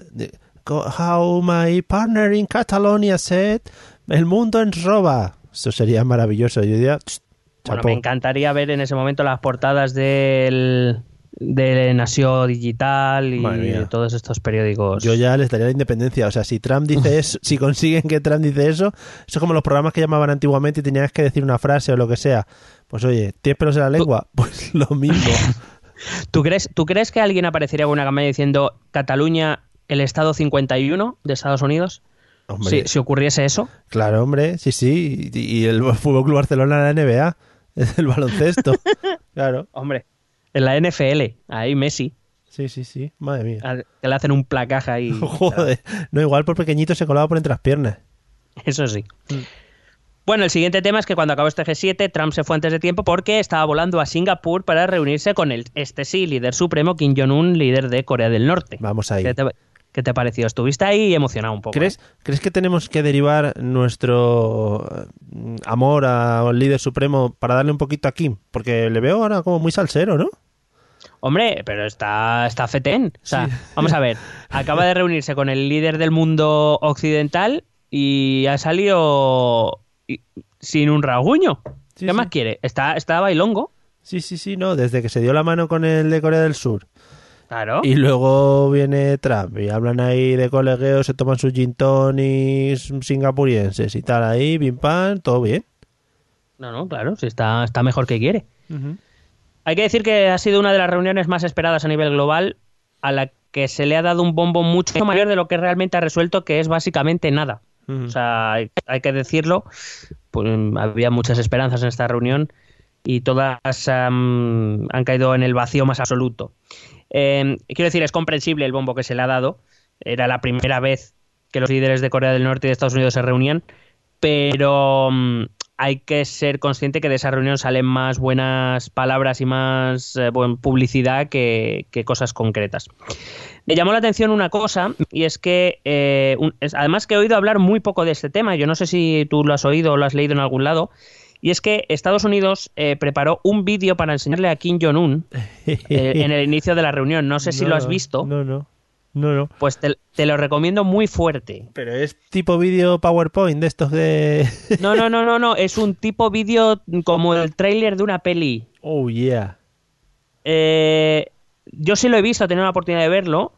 How my partner in Catalonia said, el mundo ens roba. Eso sería maravilloso. Yo diría, bueno, me encantaría ver en ese momento las portadas de Nació Digital y de todos estos periódicos. Yo ya les daría la independencia. O sea, si Trump dice eso, si consiguen que Trump dice eso es como los programas que llamaban antiguamente y tenías que decir una frase o lo que sea. Pues oye, ¿tienes pelos en la lengua? Pues lo mismo. ¿Tú crees que alguien aparecería con una campaña diciendo Cataluña, el estado 51 de Estados Unidos? Hombre, si ocurriese eso. Claro, hombre, sí. Y el Fútbol Club Barcelona, la NBA, el baloncesto. Claro. Hombre. En la NFL, ahí Messi. Sí, madre mía. Que le hacen un placaje ahí. Joder, no, igual por pequeñito se colaba por entre las piernas. Eso sí. Bueno, el siguiente tema es que cuando acabó este G7, Trump se fue antes de tiempo porque estaba volando a Singapur para reunirse con el líder supremo, Kim Jong-un, líder de Corea del Norte. Vamos ahí. ¿Qué te pareció? Estuviste ahí emocionado un poco. ¿Crees que tenemos que derivar nuestro amor al líder supremo para darle un poquito a Kim? Porque le veo ahora como muy salsero, ¿no? Hombre, pero está fetén. O sea, vamos a ver. Acaba de reunirse con el líder del mundo occidental y ha salido sin un rasguño. ¿Qué más quiere? Está bailongo. Sí, no. Desde que se dio la mano con el de Corea del Sur. Claro. Y luego viene Trump y hablan ahí de colegueo, se toman sus gin tonics singapurienses y tal ahí, pim pam, todo bien. No, claro, sí está mejor que quiere. Uh-huh. Hay que decir que ha sido una de las reuniones más esperadas a nivel global, a la que se le ha dado un bombo mucho mayor de lo que realmente ha resuelto, que es básicamente nada. Uh-huh. O sea, hay que decirlo, pues había muchas esperanzas en esta reunión y todas han caído en el vacío más absoluto. Quiero decir, es comprensible el bombo que se le ha dado. Era la primera vez que los líderes de Corea del Norte y de Estados Unidos se reunían, pero hay que ser consciente que de esa reunión salen más buenas palabras y más publicidad que cosas concretas. Me llamó la atención una cosa, y es que además que he oído hablar muy poco de este tema, yo no sé si tú lo has oído o lo has leído en algún lado, Y es que Estados Unidos preparó un vídeo para enseñarle a Kim Jong-un en el inicio de la reunión. No sé si lo has visto. No. Pues te lo recomiendo muy fuerte. Pero es tipo vídeo PowerPoint de estos de... No. Es un tipo vídeo como el tráiler de una peli. Oh, yeah. Yo sí lo he visto, he tenido la oportunidad de verlo.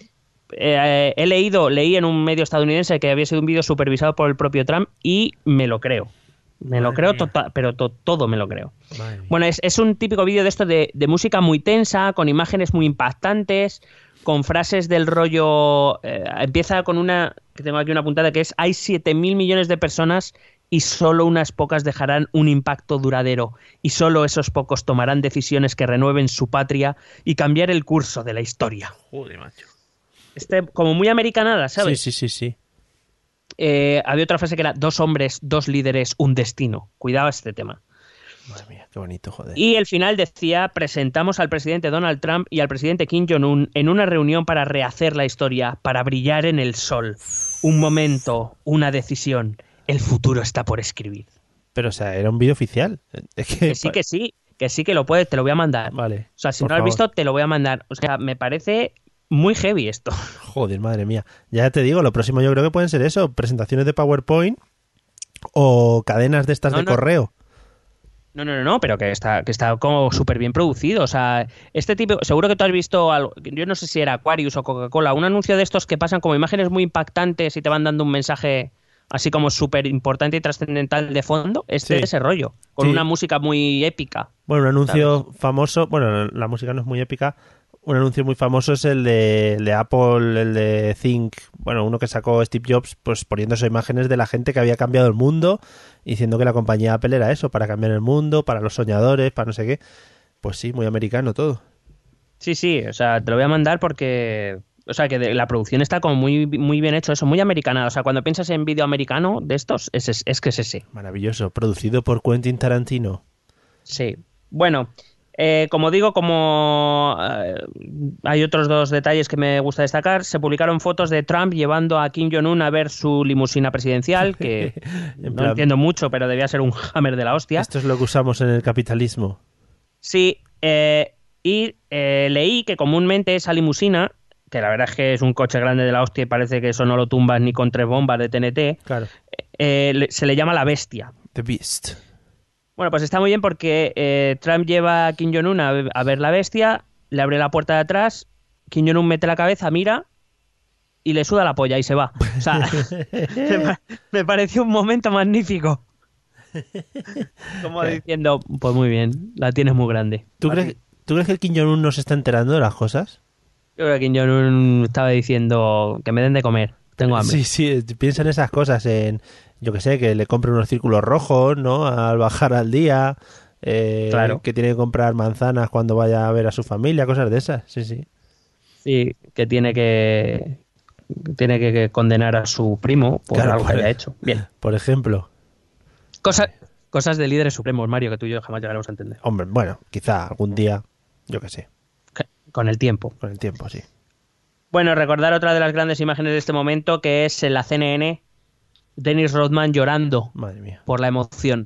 Leí en un medio estadounidense que había sido un vídeo supervisado por el propio Trump y me lo creo. Pero todo me lo creo. Bueno, es un típico vídeo de esto de música muy tensa, con imágenes muy impactantes, con frases del rollo... empieza con una, que tengo aquí una puntada, que es: hay 7.000 millones de personas y solo unas pocas dejarán un impacto duradero, y solo esos pocos tomarán decisiones que renueven su patria y cambiar el curso de la historia. Joder, macho. Como muy americanada, ¿sabes? Sí. Había otra frase que era: 2 hombres, 2 líderes, un destino. Cuidado a este tema. Madre mía, qué bonito, joder. Y el final decía: presentamos al presidente Donald Trump y al presidente Kim Jong-un en una reunión para rehacer la historia, para brillar en el sol. Un momento, una decisión. El futuro está por escribir. Pero, o sea, era un vídeo oficial. Que sí, que lo puedes, te lo voy a mandar. Vale. O sea, si no lo has visto, te lo voy a mandar. O sea, me parece muy heavy esto. Joder, madre mía. Ya te digo, lo próximo yo creo que pueden ser eso, presentaciones de PowerPoint o cadenas de estas de correo. No, pero que está como súper bien producido. O sea, este tipo, seguro que tú has visto algo, yo no sé si era Aquarius o Coca-Cola, un anuncio de estos que pasan como imágenes muy impactantes y te van dando un mensaje así como súper importante y trascendental de fondo. De ese rollo, con una música muy épica. Bueno, un anuncio famoso, bueno, la música no es muy épica. Un anuncio muy famoso es el de Apple, el de Think, bueno, uno que sacó Steve Jobs, pues poniéndose imágenes de la gente que había cambiado el mundo, diciendo que la compañía Apple era eso, para cambiar el mundo, para los soñadores, para no sé qué. Pues sí, muy americano todo. Sí, o sea, te lo voy a mandar porque... O sea, que la producción está como muy, muy bien hecho, eso, muy americana. O sea, cuando piensas en vídeo americano de estos, es que es ese. Maravilloso, producido por Quentin Tarantino. Sí. Bueno... como digo, hay otros 2 detalles que me gusta destacar. Se publicaron fotos de Trump llevando a Kim Jong-un a ver su limusina presidencial, que no entiendo mucho, pero debía ser un Hammer de la hostia. Esto es lo que usamos en el capitalismo. Sí, y leí que comúnmente esa limusina, que la verdad es que es un coche grande de la hostia y parece que eso no lo tumbas ni con 3 bombas de TNT, claro. Se le llama la bestia. The Beast. Bueno, pues está muy bien porque Trump lleva a Kim Jong-un a ver la bestia, le abre la puerta de atrás, Kim Jong-un mete la cabeza, mira y le suda la polla y se va. O sea, me pareció un momento magnífico. Como diciendo, pues muy bien, la tienes muy grande. ¿Tú crees que el Kim Jong-un no se está enterando de las cosas? Yo creo que Kim Jong-un estaba diciendo que me den de comer, tengo hambre. Sí, piensa en esas cosas, en... Yo que sé, que le compre unos círculos rojos, ¿no? Al bajar al día. Claro. Que tiene que comprar manzanas cuando vaya a ver a su familia, cosas de esas. Sí. Sí, que tiene que condenar a su primo por algo que haya hecho. Bien. Por ejemplo. Cosas de líderes supremos, Mario, que tú y yo jamás llegaremos a entender. Hombre, bueno, quizá algún día, yo que sé. Con el tiempo. Con el tiempo, sí. Bueno, recordar otra de las grandes imágenes de este momento, que es en la CNN... Dennis Rodman llorando. Madre mía. Por la emoción.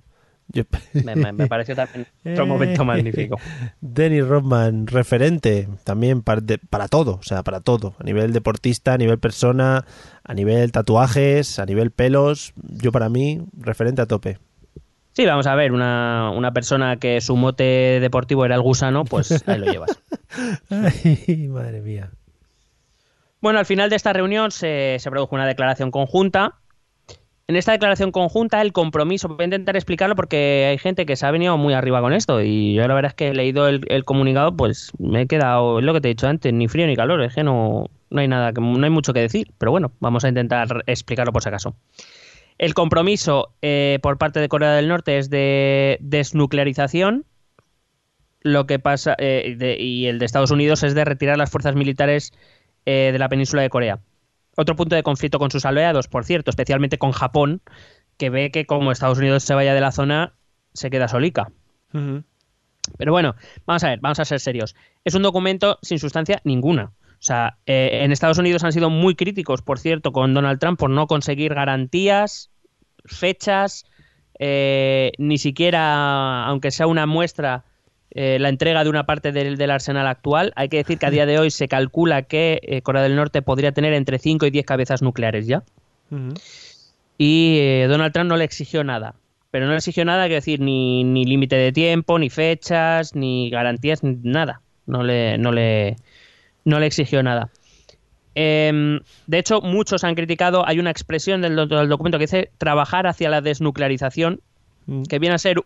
Me pareció también otro momento magnífico. Dennis Rodman, referente también para todo, o sea, para todo. A nivel deportista, a nivel persona, a nivel tatuajes, a nivel pelos. Yo, para mí, referente a tope. Sí, vamos a ver, una persona que su mote deportivo era el gusano, pues ahí lo llevas. Ay, madre mía. Bueno, al final de esta reunión se produjo una declaración conjunta. En esta declaración conjunta, el compromiso, voy a intentar explicarlo porque hay gente que se ha venido muy arriba con esto y yo la verdad es que he leído el comunicado, pues me he quedado, es lo que te he dicho antes, ni frío ni calor, es que no hay nada, no hay mucho que decir, pero bueno, vamos a intentar explicarlo por si acaso. El compromiso por parte de Corea del Norte es de desnuclearización, lo que pasa, y el de Estados Unidos es de retirar las fuerzas militares de la península de Corea. Otro punto de conflicto con sus aliados, por cierto, especialmente con Japón, que ve que como Estados Unidos se vaya de la zona, se queda solica. Uh-huh. Pero bueno, vamos a ser serios. Es un documento sin sustancia ninguna. O sea, en Estados Unidos han sido muy críticos, por cierto, con Donald Trump por no conseguir garantías, fechas ni siquiera, aunque sea una muestra, la entrega de una parte del arsenal actual. Hay que decir que a día de hoy se calcula que Corea del Norte podría tener entre 5 y 10 cabezas nucleares ya. Y Donald Trump no le exigió nada. Pero no le exigió nada, quiero decir, ni límite de tiempo, ni fechas, ni garantías, ni nada. No le exigió nada. De hecho, muchos han criticado, hay una expresión del documento que dice trabajar hacia la desnuclearización, que viene a ser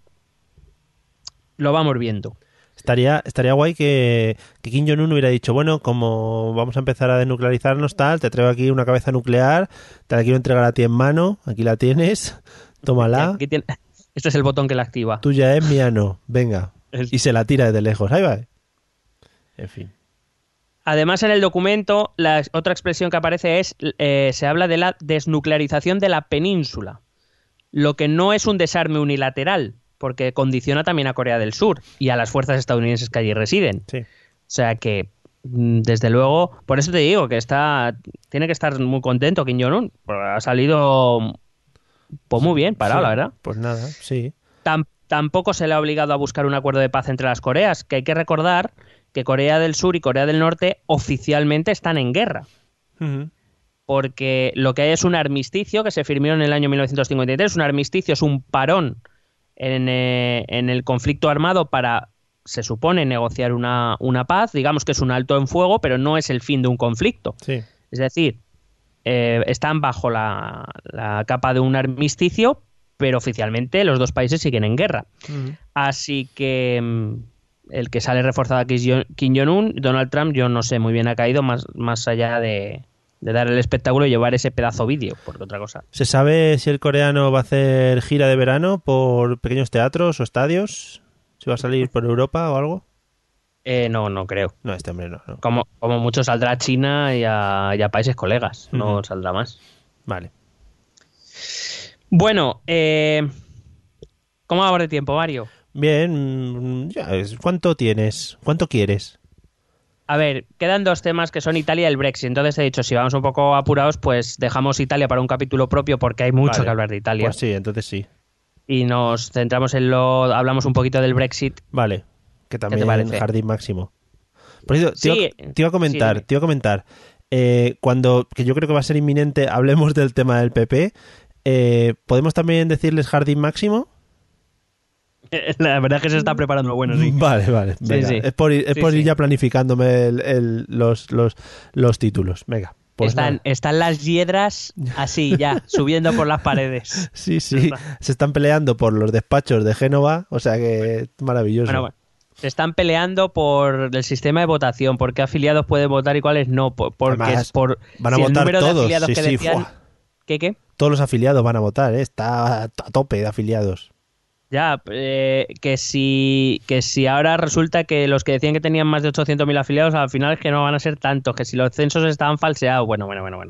lo vamos viendo. Estaría guay que Kim Jong-un hubiera dicho, bueno, como vamos a empezar a desnuclearizarnos, tal, te traigo aquí una cabeza nuclear, te la quiero entregar a ti en mano, aquí la tienes, tómala. Este es el botón que la activa. Tuya es, mía no, venga. Y se la tira desde lejos, ahí va. En fin. Además, en el documento, la otra expresión que aparece es, se habla de la desnuclearización de la península, lo que no es un desarme unilateral, porque condiciona también a Corea del Sur y a las fuerzas estadounidenses que allí residen. Sí. O sea que, desde luego, por eso te digo que tiene que estar muy contento Kim Jong-un, porque ha salido pues muy bien parado, sí, la verdad. Pues nada, sí. Tampoco se le ha obligado a buscar un acuerdo de paz entre las Coreas, que hay que recordar que Corea del Sur y Corea del Norte oficialmente están en guerra. Porque lo que hay es un armisticio que se firmó en el año 1953. Un armisticio es un parón en el conflicto armado para, se supone, negociar una paz. Digamos que es un alto en fuego, pero no es el fin de un conflicto. Sí. Es decir, están bajo la capa de un armisticio, pero oficialmente los dos países siguen en guerra. Así que el que sale reforzado aquí es Kim Jong-un. Donald Trump, yo no sé muy bien, ha caído más allá de dar el espectáculo y llevar ese pedazo vídeo, porque otra cosa. ¿Se sabe si el coreano va a hacer gira de verano por pequeños teatros o estadios? ¿Si va a salir por Europa o algo? No creo. No, este hombre no. Como mucho saldrá a China y a países colegas, no saldrá más. Vale. Bueno, ¿cómo vamos de tiempo, Mario? Bien, ya, ¿cuánto tienes? ¿Cuánto quieres? A ver, quedan dos temas que son Italia y el Brexit. Entonces he dicho, si vamos un poco apurados, pues dejamos Italia para un capítulo propio porque hay mucho que hablar de Italia. Pues sí, entonces sí. Y nos centramos hablamos un poquito del Brexit. Vale, que también en jardín máximo. Por eso, te iba a comentar, que yo creo que va a ser inminente, hablemos del tema del PP. ¿Podemos también decirles jardín máximo? La verdad es que se está preparando bueno, sí. Vale. Venga. Sí. Es por ir ya planificándome los títulos. Venga. Pues están las hiedras así ya, subiendo por las paredes. Sí. Se están peleando por los despachos de Génova, o sea que maravilloso. Bueno. Se están peleando por el sistema de votación, por qué afiliados pueden votar y cuáles no, porque además, es por van a votar el número todos. de afiliados que Sí, decían. ¿Qué? Todos los afiliados van a votar, está a tope de afiliados. Ya, que si ahora resulta que los que decían que tenían más de 800.000 afiliados, al final es que no van a ser tantos, que si los censos estaban falseados. Bueno.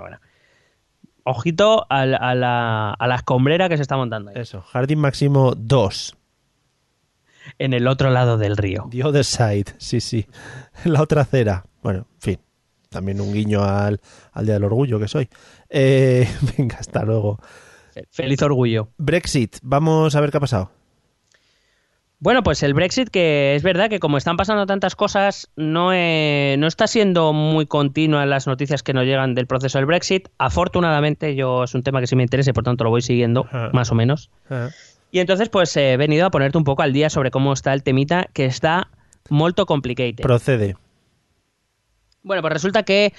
Ojito a la escombrera que se está montando ahí. Eso, Jardín Máximo 2. En el otro lado del río. The other side, sí. La otra acera. Bueno, en fin. También un guiño al Día del Orgullo que soy. Venga, hasta luego. Feliz orgullo. Brexit, vamos a ver qué ha pasado. Bueno, pues el Brexit, que es verdad que como están pasando tantas cosas, no está siendo muy continua en las noticias que nos llegan del proceso del Brexit. Afortunadamente, es un tema que sí me interesa y por tanto lo voy siguiendo, más o menos. Y entonces, pues he venido a ponerte un poco al día sobre cómo está el temita, que está molto complicated. Procede. Bueno, pues resulta que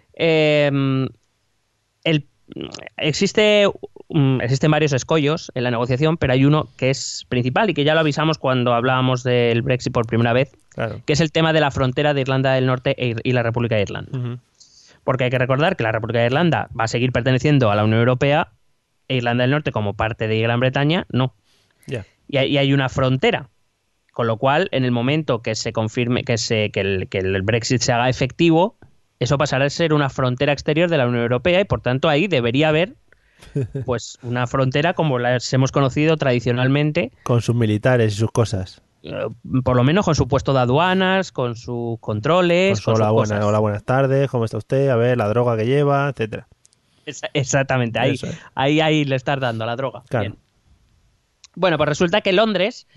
existen varios escollos en la negociación, pero hay uno que es principal y que ya lo avisamos cuando hablábamos del Brexit por primera vez, claro, que es el tema de la frontera de Irlanda del Norte y la República de Irlanda. Porque hay que recordar que la República de Irlanda va a seguir perteneciendo a la Unión Europea e Irlanda del Norte, como parte de Gran Bretaña, no. Y hay una frontera, con lo cual en el momento que se confirme que el Brexit se haga efectivo, eso pasará a ser una frontera exterior de la Unión Europea y por tanto ahí debería haber pues una frontera como las hemos conocido tradicionalmente, con sus militares y sus cosas, por lo menos con su puesto de aduanas, con sus controles, con sus cosas. Hola, buenas tardes, ¿cómo está usted? A ver, la droga que lleva, etcétera. Exactamente, ahí le estás dando la droga. Claro. Bien. Bueno, pues resulta que Londres...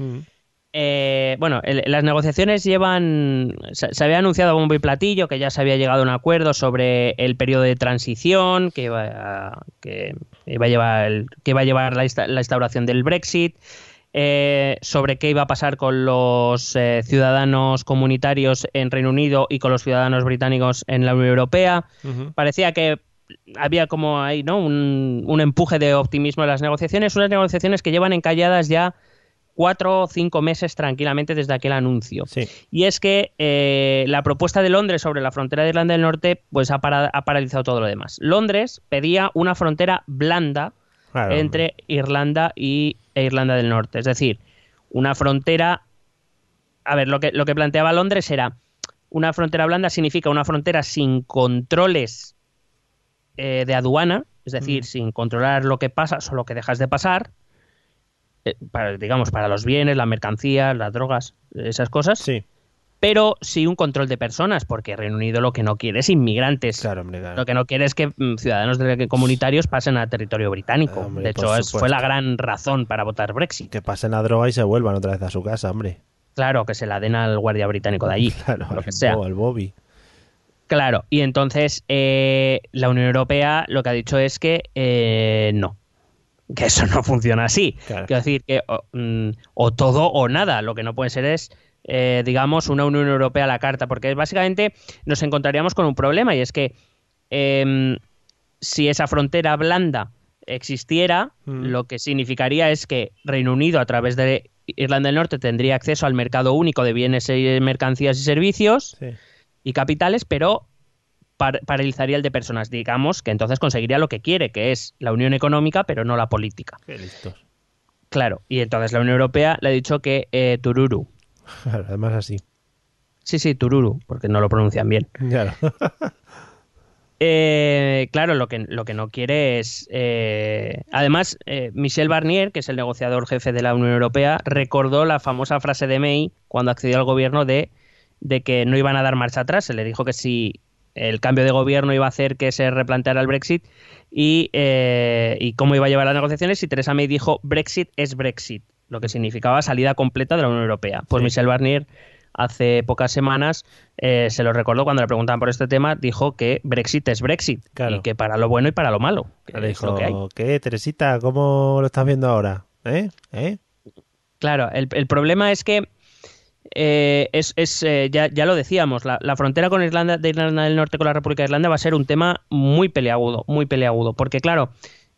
las negociaciones se había anunciado a bombo y platillo que ya se había llegado a un acuerdo sobre el periodo de transición que iba a llevar la instauración del Brexit, sobre qué iba a pasar con los ciudadanos comunitarios en Reino Unido y con los ciudadanos británicos en la Unión Europea. Parecía que había como ahí, ¿no?, un empuje de optimismo en las negociaciones, unas negociaciones que llevan encalladas ya 4 o 5 meses tranquilamente desde aquel anuncio. Sí. Y es que la propuesta de Londres sobre la frontera de Irlanda del Norte pues ha paralizado todo lo demás. Londres pedía una frontera blanda entre Irlanda e Irlanda del Norte. Es decir, una frontera... A ver, lo que planteaba Londres era una frontera blanda significa una frontera sin controles de aduana, es decir, sin controlar lo que pasas o lo que dejas de pasar, para los bienes, las mercancías, las drogas, esas cosas. Sí. Pero sí un control de personas, porque Reino Unido lo que no quiere es inmigrantes. Claro, hombre, claro. Lo que no quiere es que ciudadanos comunitarios pasen a territorio británico. Hombre, de hecho, fue la gran razón para votar Brexit. Que pasen la droga y se vuelvan otra vez a su casa, hombre. Claro, que se la den al guardia británico de allí. Claro, lo que sea. Al Bobby. Claro, y entonces la Unión Europea lo que ha dicho es que no. Que eso no funciona así. Claro. Quiero decir que o todo o nada. Lo que no puede ser es, una Unión Europea a la carta, porque básicamente nos encontraríamos con un problema, y es que si esa frontera blanda existiera, lo que significaría es que Reino Unido, a través de Irlanda del Norte, tendría acceso al mercado único de bienes, mercancías y servicios y capitales, pero paralizaría el de personas. Digamos que entonces conseguiría lo que quiere, que es la unión económica, pero no la política. Qué listos. Claro, y entonces la Unión Europea le ha dicho que tururu. Claro, además así. Sí, tururu, porque no lo pronuncian bien. Claro. Claro, lo que no quiere es... Además, Michel Barnier, que es el negociador jefe de la Unión Europea, recordó la famosa frase de May cuando accedió al gobierno de que no iban a dar marcha atrás. Se le dijo que si el cambio de gobierno iba a hacer que se replanteara el Brexit y cómo iba a llevar las negociaciones, y Theresa May dijo Brexit es Brexit, lo que significaba salida completa de la Unión Europea. Pues sí. Michel Barnier hace pocas semanas se lo recordó cuando le preguntaban por este tema, dijo que Brexit es Brexit, claro, y que para lo bueno y para lo malo. Que dijo, es lo que hay. ¿Qué, Teresita? ¿Cómo lo estás viendo ahora? Claro, el problema es que ya lo decíamos, la frontera con Irlanda del Norte con la República de Irlanda va a ser un tema muy peleagudo, porque claro,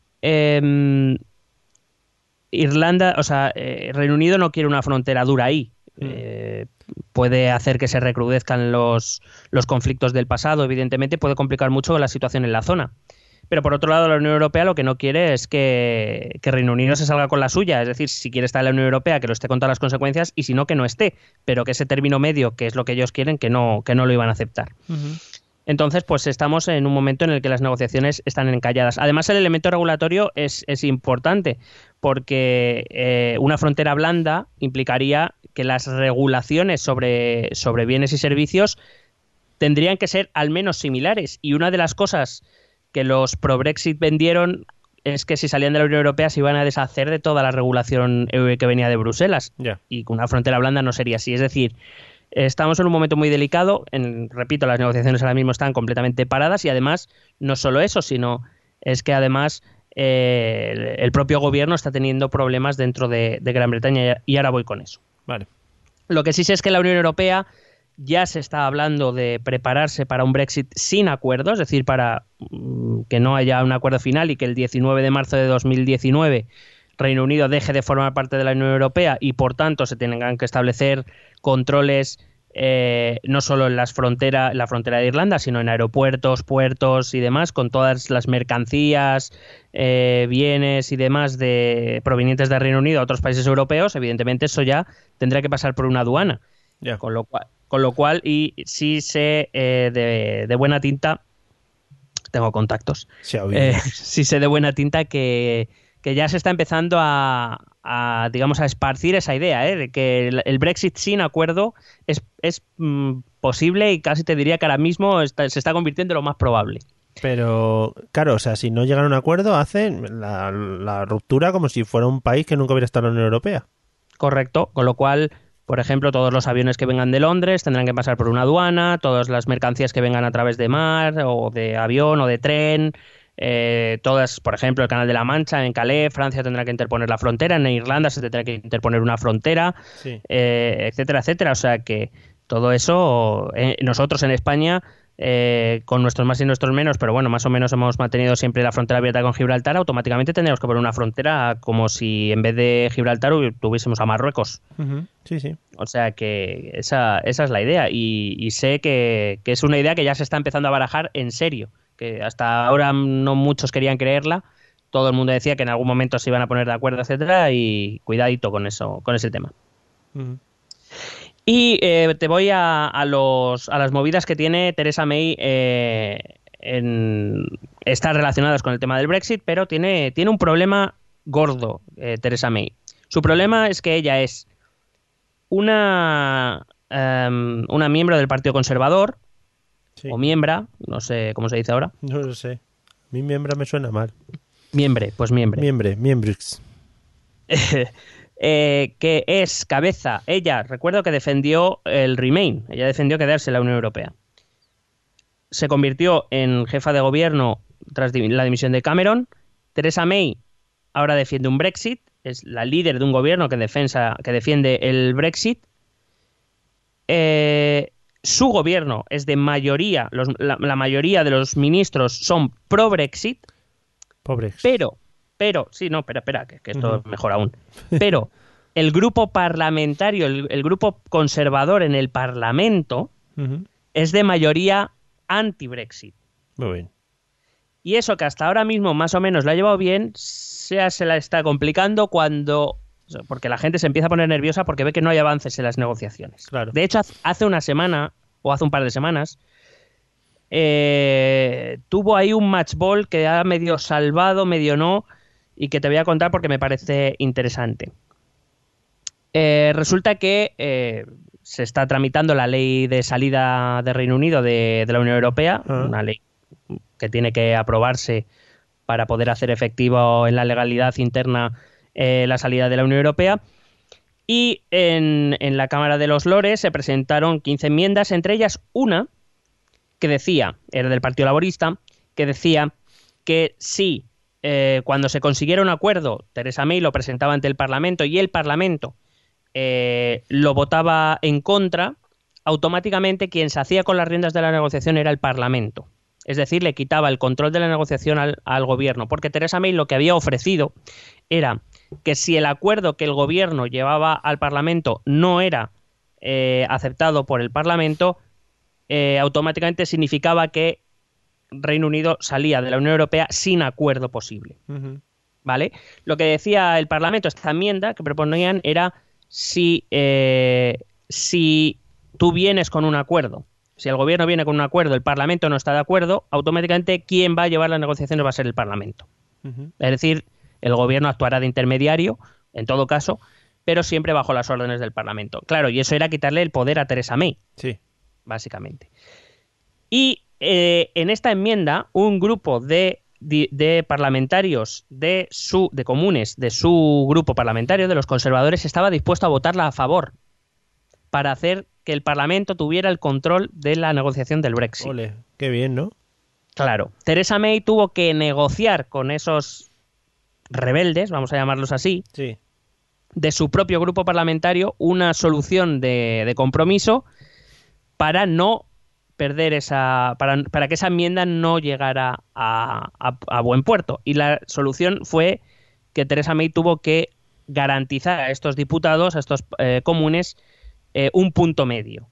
Reino Unido no quiere una frontera dura ahí. Puede hacer que se recrudezcan los conflictos del pasado, evidentemente puede complicar mucho la situación en la zona. Pero por otro lado, la Unión Europea lo que no quiere es que Reino Unido se salga con la suya. Es decir, si quiere estar en la Unión Europea, que lo esté con todas las consecuencias, y si no, que no esté. Pero que ese término medio, que es lo que ellos quieren, que no lo iban a aceptar. Uh-huh. Entonces, pues estamos en un momento en el que las negociaciones están encalladas. Además, el elemento regulatorio es importante, porque una frontera blanda implicaría que las regulaciones sobre bienes y servicios tendrían que ser al menos similares. Y una de las cosas que los pro-Brexit vendieron es que si salían de la Unión Europea se iban a deshacer de toda la regulación que venía de Bruselas. Yeah. Y con una frontera blanda no sería así. Es decir, estamos en un momento muy delicado. Repito, las negociaciones ahora mismo están completamente paradas, y además, no solo eso, sino es que además el propio gobierno está teniendo problemas dentro de Gran Bretaña, y ahora voy con eso. Vale. Lo que sí sé es que la Unión Europea ya se está hablando de prepararse para un Brexit sin acuerdo, es decir, para que no haya un acuerdo final y que el 19 de marzo de 2019 Reino Unido deje de formar parte de la Unión Europea, y por tanto se tengan que establecer controles no solo en la frontera de Irlanda, sino en aeropuertos, puertos y demás, con todas las mercancías, bienes y demás provenientes del Reino Unido a otros países europeos. Evidentemente eso ya tendrá que pasar por una aduana. Yeah. Con lo cual, y sí sé de buena tinta, tengo contactos, sí sé de buena tinta que ya se está empezando a esparcir esa idea, de que el Brexit sin acuerdo es posible, y casi te diría que ahora mismo se está convirtiendo en lo más probable. Pero, claro, o sea, si no llegan a un acuerdo, hacen la ruptura como si fuera un país que nunca hubiera estado en la Unión Europea. Correcto, con lo cual, por ejemplo, todos los aviones que vengan de Londres tendrán que pasar por una aduana, todas las mercancías que vengan a través de mar o de avión o de tren, todas, por ejemplo, el Canal de la Mancha en Calais, Francia tendrá que interponer la frontera, en Irlanda se tendrá que interponer una frontera, Sí. etcétera, etcétera. O sea que todo eso, nosotros en España, con nuestros más y nuestros menos, pero bueno, más o menos hemos mantenido siempre la frontera abierta con Gibraltar, automáticamente tendríamos que poner una frontera como si en vez de Gibraltar tuviésemos a Marruecos. Ujú. Sí, sí. O sea que esa es la idea y sé que es una idea que ya se está empezando a barajar en serio, que hasta ahora no muchos querían creerla, todo el mundo decía que en algún momento se iban a poner de acuerdo, etcétera, y cuidadito con eso, con ese tema. Ujú. Y te voy a las movidas que tiene Theresa May están relacionadas con el tema del Brexit, pero tiene un problema gordo, Theresa May. Su problema es que ella es una miembro del Partido Conservador, Sí. o miembra, no sé cómo se dice ahora. No lo sé. Mi miembro me suena mal. Miembre. Miembrix. Que es cabeza, ella, recuerdo que defendió el Remain, ella defendió quedarse en la Unión Europea. Se convirtió en jefa de gobierno tras la dimisión de Cameron. Theresa May ahora defiende un Brexit, es la líder de un gobierno que defiende el Brexit. Su gobierno es de mayoría, la mayoría de los ministros son pro-Brexit, Pobres. pero, sí, no, espera, que esto es mejor aún. Pero el grupo parlamentario, el grupo conservador en el Parlamento Ujú. es de mayoría anti-Brexit. Muy bien. Y eso que hasta ahora mismo más o menos lo ha llevado bien, se la está complicando porque la gente se empieza a poner nerviosa porque ve que no hay avances en las negociaciones. Claro. De hecho, hace una semana, o hace un par de semanas, tuvo ahí un match ball que ha medio salvado, medio no, y que te voy a contar porque me parece interesante. Resulta que se está tramitando la ley de salida de Reino Unido de la Unión Europea, una ley que tiene que aprobarse para poder hacer efectivo en la legalidad interna la salida de la Unión Europea. Y en la Cámara de los Lores se presentaron 15 enmiendas, entre ellas una que decía, era del Partido Laborista, que decía que si cuando se consiguiera un acuerdo, Theresa May lo presentaba ante el Parlamento y el Parlamento lo votaba en contra, automáticamente quien se hacía con las riendas de la negociación era el Parlamento. Es decir, le quitaba el control de la negociación al gobierno, porque Theresa May lo que había ofrecido era que si el acuerdo que el gobierno llevaba al Parlamento no era aceptado por el Parlamento, automáticamente significaba que Reino Unido salía de la Unión Europea sin acuerdo posible. Ujú. ¿Vale? Lo que decía el Parlamento, esta enmienda que proponían era si tú vienes con un acuerdo, si el gobierno viene con un acuerdo, el Parlamento no está de acuerdo, automáticamente quien va a llevar las negociaciones va a ser el Parlamento. Ujú. Es decir, el gobierno actuará de intermediario, en todo caso, pero siempre bajo las órdenes del Parlamento. Claro, y eso era quitarle el poder a Theresa May, Sí. básicamente. Y en esta enmienda, un grupo de parlamentarios de comunes de su grupo parlamentario, de los conservadores, estaba dispuesto a votarla a favor para hacer que el Parlamento tuviera el control de la negociación del Brexit. Ole, qué bien, ¿no? Claro, Theresa May tuvo que negociar con esos rebeldes, vamos a llamarlos así, Sí. de su propio grupo parlamentario una solución de compromiso para no perder para que esa enmienda no llegara a buen puerto. Y la solución fue que Theresa May tuvo que garantizar a estos diputados, a estos comunes, un punto medio.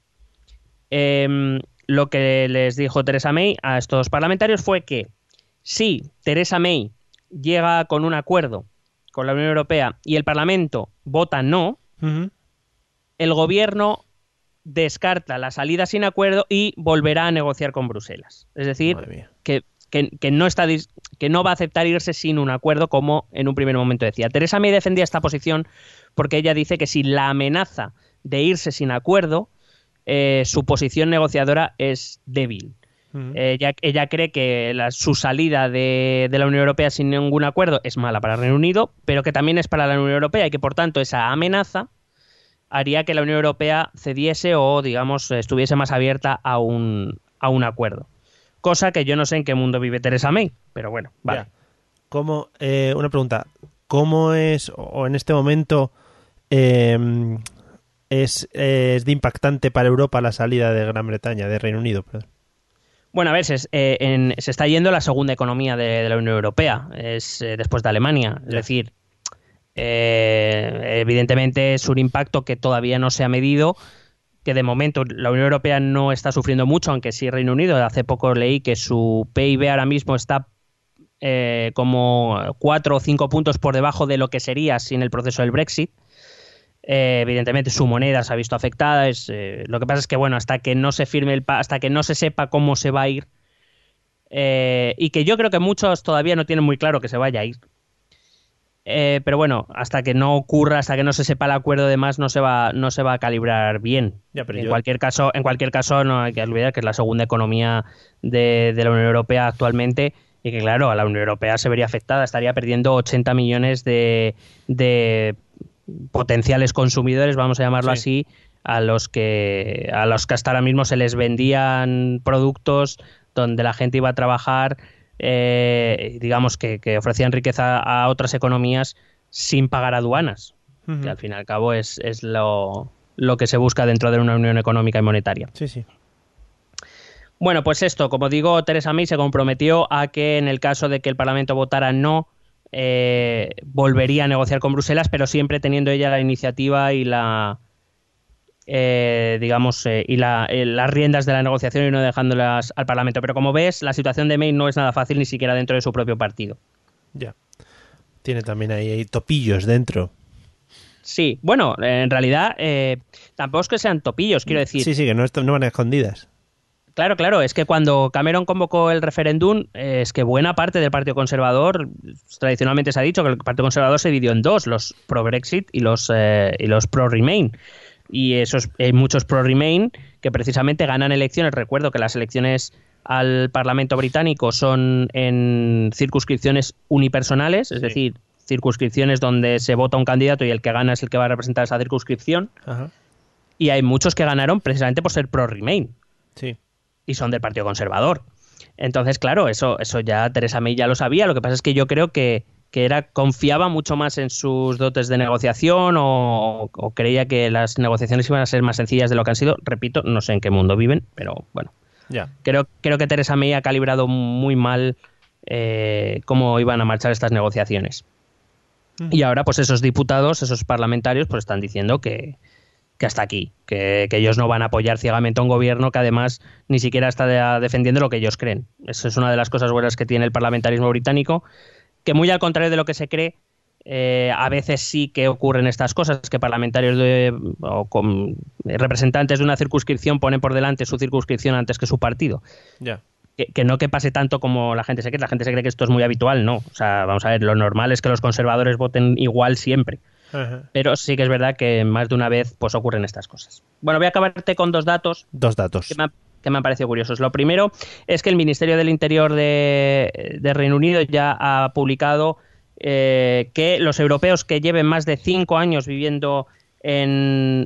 Lo que les dijo Theresa May a estos parlamentarios fue que si Theresa May llega con un acuerdo con la Unión Europea y el Parlamento vota no, Ujú. el gobierno descarta la salida sin acuerdo y volverá a negociar con Bruselas. Es decir, Madre mía. que no va a aceptar irse sin un acuerdo, como en un primer momento decía. Theresa May defendía esta posición porque ella dice que si la amenaza de irse sin acuerdo, su posición negociadora es débil. Ella cree que su salida de la Unión Europea sin ningún acuerdo es mala para el Reino Unido, pero que también es para la Unión Europea y que, por tanto, esa amenaza haría que la Unión Europea cediese o, digamos, estuviese más abierta a un acuerdo. Cosa que yo no sé en qué mundo vive Theresa May, pero bueno, vale. Una pregunta. ¿Cómo es, o en este momento, es de impactante para Europa la salida de Gran Bretaña, de Reino Unido? Perdón. Bueno, a ver, se está yendo la segunda economía de la Unión Europea, después de Alemania. Es decir, evidentemente es un impacto que todavía no se ha medido, que de momento la Unión Europea no está sufriendo mucho, aunque sí Reino Unido. Hace poco leí que su PIB ahora mismo está como 4 o 5 puntos por debajo de lo que sería sin el proceso del Brexit. Evidentemente su moneda se ha visto afectada. Lo que pasa es que, bueno, hasta que no se firme hasta que no se sepa cómo se va a ir, y que yo creo que muchos todavía no tienen muy claro que se vaya a ir. Pero bueno, hasta que no ocurra, hasta que no se sepa el acuerdo, además no se va a calibrar bien. En cualquier caso, no hay que olvidar que es la segunda economía de la Unión Europea actualmente, y que claro, a la Unión Europea se vería afectada, estaría perdiendo 80 millones de potenciales consumidores, vamos a llamarlo así, a los que hasta ahora mismo se les vendían productos donde la gente iba a trabajar, digamos que ofrecían riqueza a otras economías sin pagar aduanas, que al fin y al cabo es lo que se busca dentro de una unión económica y monetaria. Sí. Bueno, pues esto, como digo, Theresa May se comprometió a que en el caso de que el Parlamento votara no, volvería a negociar con Bruselas, pero siempre teniendo ella la iniciativa y las riendas de la negociación y no dejándolas al Parlamento. Pero como ves, la situación de May no es nada fácil, ni siquiera dentro de su propio partido. Ya. Tiene también ahí topillos dentro. Sí, bueno, en realidad tampoco es que sean topillos, quiero decir. Sí, que no van a escondidas. Claro, es que cuando Cameron convocó el referéndum, es que buena parte del Partido Conservador, tradicionalmente se ha dicho que el Partido Conservador se dividió en dos, los pro-Brexit y los pro-Remain. Y hay muchos pro-Remain que precisamente ganan elecciones. Recuerdo que las elecciones al Parlamento británico son en circunscripciones unipersonales, es decir, circunscripciones donde se vota un candidato y el que gana es el que va a representar esa circunscripción. Ajá. Y hay muchos que ganaron precisamente por ser pro-Remain. Sí. Y son del Partido Conservador. Entonces, claro, eso ya Theresa May ya lo sabía. Lo que pasa es que yo creo que confiaba mucho más en sus dotes de negociación o creía que las negociaciones iban a ser más sencillas de lo que han sido. Repito, no sé en qué mundo viven, pero bueno. Ya. Creo que Theresa May ha calibrado muy mal cómo iban a marchar estas negociaciones. Y ahora, pues esos diputados, esos parlamentarios, pues están diciendo que hasta aquí, que ellos no van a apoyar ciegamente a un gobierno que además ni siquiera está defendiendo lo que ellos creen. Eso es una de las cosas buenas que tiene el parlamentarismo británico, que muy al contrario de lo que se cree, a veces sí que ocurren estas cosas, que parlamentarios representantes de una circunscripción ponen por delante su circunscripción antes que su partido. Ya. Que no que pase tanto como la gente se cree. La gente se cree que esto es muy habitual, no. O sea, vamos a ver, lo normal es que los conservadores voten igual siempre. Ajá. Pero sí que es verdad que más de una vez pues ocurren estas cosas. Bueno, voy a acabarte con dos datos. Que me han parecido curiosos. Lo primero es que el Ministerio del Interior de Reino Unido ya ha publicado que los europeos que lleven más de 5 años viviendo en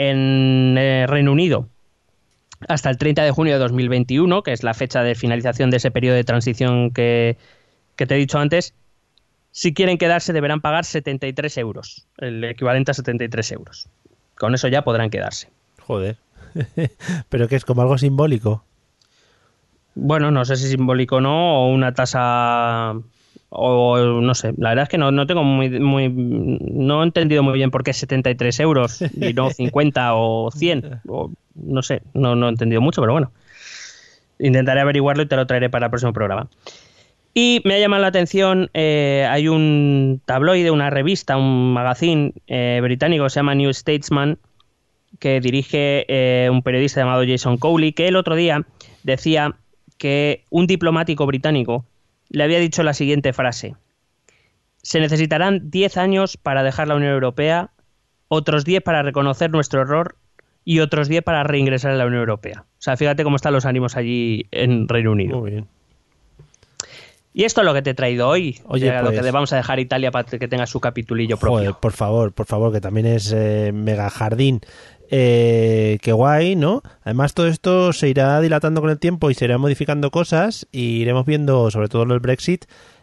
Reino Unido hasta el 30 de junio de 2021, que es la fecha de finalización de ese periodo de transición que te he dicho antes, si quieren quedarse deberán pagar 73 euros, el equivalente a 73 euros. Con eso ya podrán quedarse. Joder. ¿Pero qué es? ¿Como algo simbólico? Bueno, no sé si simbólico o no, o una tasa, o no sé. La verdad es que no tengo no he entendido muy bien por qué 73 euros y no 50 o 100. O, no sé, no he entendido mucho, pero bueno. Intentaré averiguarlo y te lo traeré para el próximo programa. Y me ha llamado la atención, hay un tabloide, una revista, un magazine británico que se llama New Statesman, que dirige un periodista llamado Jason Cowley, que el otro día decía que un diplomático británico le había dicho la siguiente frase: se necesitarán 10 años para dejar la Unión Europea, otros 10 para reconocer nuestro error y otros 10 para reingresar a la Unión Europea. O sea, fíjate cómo están los ánimos allí en Reino Unido. Muy bien. Y esto es lo que te he traído hoy. Oye, lo pues, que vamos a dejar Italia para que tenga su capitulillo propio. Joder, por favor, que también es mega jardín. Qué guay, ¿no? Además, todo esto se irá dilatando con el tiempo y se irán modificando cosas y iremos viendo, sobre todo el Brexit.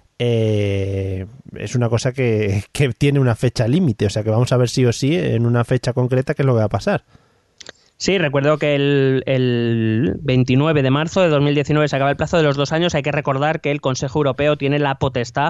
Es una cosa que tiene una fecha límite, o sea que vamos a ver sí o sí en una fecha concreta qué es lo que va a pasar. Sí, recuerdo que el 29 de marzo de 2019 se acaba el plazo de los 2 años. Hay que recordar que el Consejo Europeo tiene la potestad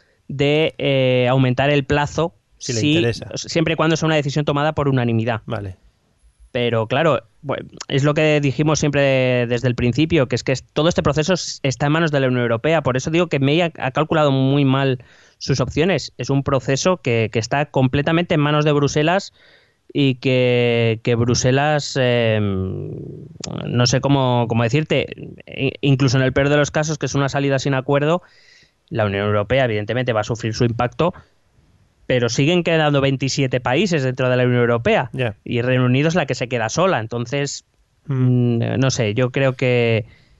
de aumentar el plazo si le interesa. Siempre y cuando sea una decisión tomada por unanimidad. Vale. Pero claro, bueno, es lo que dijimos siempre desde el principio, que es que todo este proceso está en manos de la Unión Europea. Por eso digo que May ha calculado muy mal sus opciones. Es un proceso que está completamente en manos de Bruselas y que Bruselas, no sé cómo decirte, incluso en el peor de los casos, que es una salida sin acuerdo, la Unión Europea evidentemente va a sufrir su impacto, pero siguen quedando 27 países dentro de la Unión Europea, y Reino Unido es la que se queda sola. Entonces, no sé, yo creo que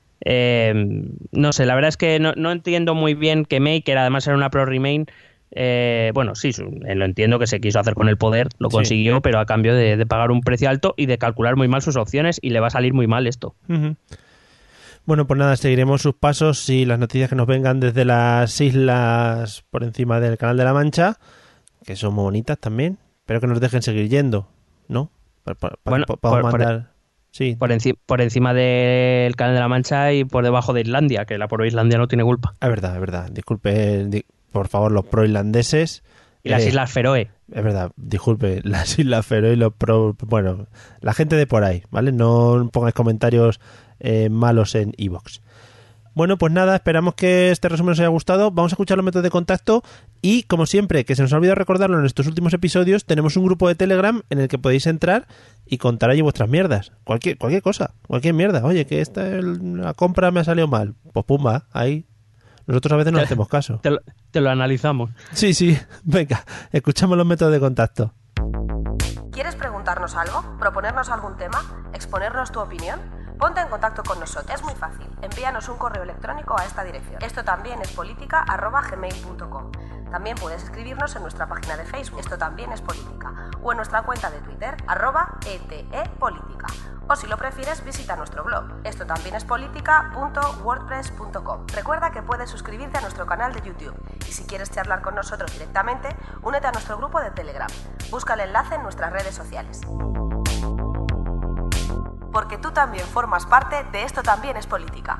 no sé, la verdad es que no entiendo muy bien que May, que además era una pro-Remain, bueno, sí, lo entiendo que se quiso hacer con el poder, lo consiguió, pero a cambio de pagar un precio alto y de calcular muy mal sus opciones, y le va a salir muy mal esto. Bueno, pues nada, seguiremos sus pasos y las noticias que nos vengan desde las islas por encima del Canal de la Mancha, que son muy bonitas también, pero que nos dejen seguir yendo, ¿no? Bueno, sí. por encima del Canal de la Mancha y por debajo de Islandia, que la pro-Islandia no tiene culpa. Es verdad. Disculpe, por favor, los pro-islandeses. Y las Islas Feroe. Es verdad, disculpe, las Islas Feroe y los pro... Bueno, la gente de por ahí, ¿vale? No pongáis comentarios malos en iVoox. Bueno, pues nada, esperamos que este resumen os haya gustado. Vamos a escuchar los métodos de contacto y, como siempre, que se nos ha olvidado recordarlo en estos últimos episodios, tenemos un grupo de Telegram en el que podéis entrar y contar allí vuestras mierdas. Cualquier cosa, cualquier mierda. Oye, que la compra me ha salido mal. Pues pumba, ahí. Nosotros a veces no le hacemos caso. Te lo analizamos. Sí. Venga, escuchamos los métodos de contacto. ¿Quieres preguntarnos algo? ¿Proponernos algún tema? ¿Exponernos tu opinión? Ponte en contacto con nosotros. Es muy fácil. Envíanos un correo electrónico a esta dirección. Esto también es política@gmail.com. También puedes escribirnos en nuestra página de Facebook. Esto también es política. O en nuestra cuenta de Twitter, @etepolítica. O si lo prefieres, visita nuestro blog. Esto también es política.wordpress.com. Recuerda que puedes suscribirte a nuestro canal de YouTube. Y si quieres charlar con nosotros directamente, únete a nuestro grupo de Telegram. Busca el enlace en nuestras redes sociales. Porque tú también formas parte de Esto también es política.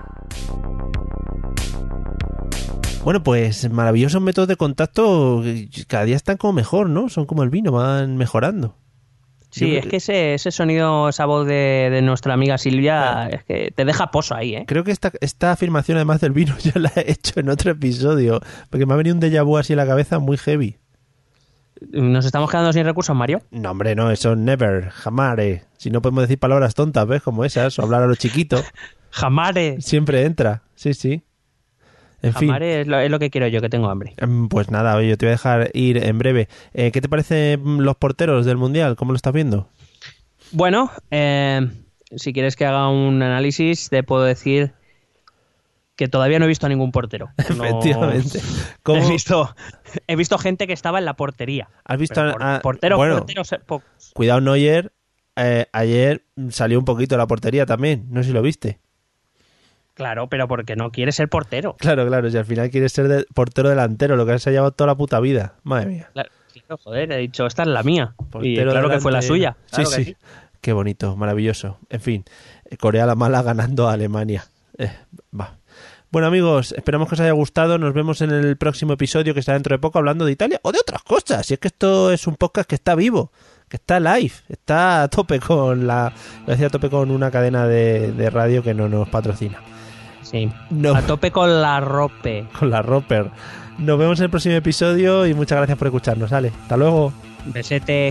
Bueno, pues maravillosos métodos de contacto, cada día están como mejor, ¿no? Son como el vino, van mejorando. Sí, es que ese sonido, esa voz de nuestra amiga Silvia, es que te deja pozo ahí, ¿eh? Creo que esta afirmación, además del vino, ya la he hecho en otro episodio, porque me ha venido un déjà vu así en la cabeza muy heavy. ¿Nos estamos quedando sin recursos, Mario? No, hombre, no, eso never, jamare. Si no podemos decir palabras tontas, ¿ves? Como esas, o hablar a lo chiquito. Jamare. Siempre entra, sí. En jamare fin. es lo que quiero yo, que tengo hambre. Pues nada, oye, te voy a dejar ir en breve. ¿Qué te parecen los porteros del Mundial? ¿Cómo lo estás viendo? Bueno, si quieres que haga un análisis, te puedo decir que todavía no he visto a ningún portero. Efectivamente. No... He visto gente que estaba en la portería. ¿Has visto portero? Cuidado, Neuer. Ayer salió un poquito de la portería también. No sé si lo viste. Claro, pero porque no quiere ser portero. Claro. Si al final quiere ser portero delantero, lo que se ha llevado toda la puta vida. Madre mía. Claro, joder, he dicho, esta es la mía. Portero y claro delante... que fue la suya. Claro sí. Qué bonito, maravilloso. En fin, Corea la mala ganando a Alemania. Va. Bueno, amigos, esperamos que os haya gustado. Nos vemos en el próximo episodio, que estará dentro de poco, hablando de Italia o de otras cosas. Si es que esto es un podcast que está vivo, que está live, está a tope con a tope con una cadena de radio que no nos patrocina. Sí, a tope con la rope. Con la roper. Nos vemos en el próximo episodio y muchas gracias por escucharnos. Ale, hasta luego. Besete.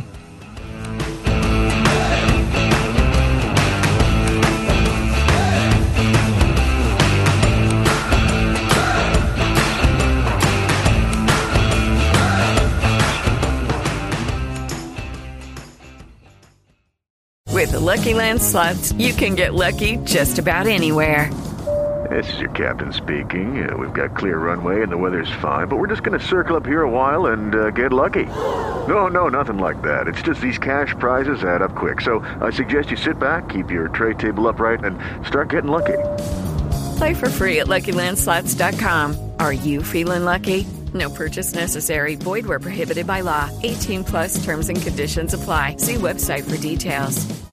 With the Lucky Land Slots, you can get lucky just about anywhere. This is your captain speaking. We've got clear runway and the weather's fine, but we're just going to circle up here a while and get lucky. No, nothing like that. It's just these cash prizes add up quick. So I suggest you sit back, keep your tray table upright, and start getting lucky. Play for free at LuckyLandSlots.com. Are you feeling lucky? No purchase necessary. Void where prohibited by law. 18+ terms and conditions apply. See website for details.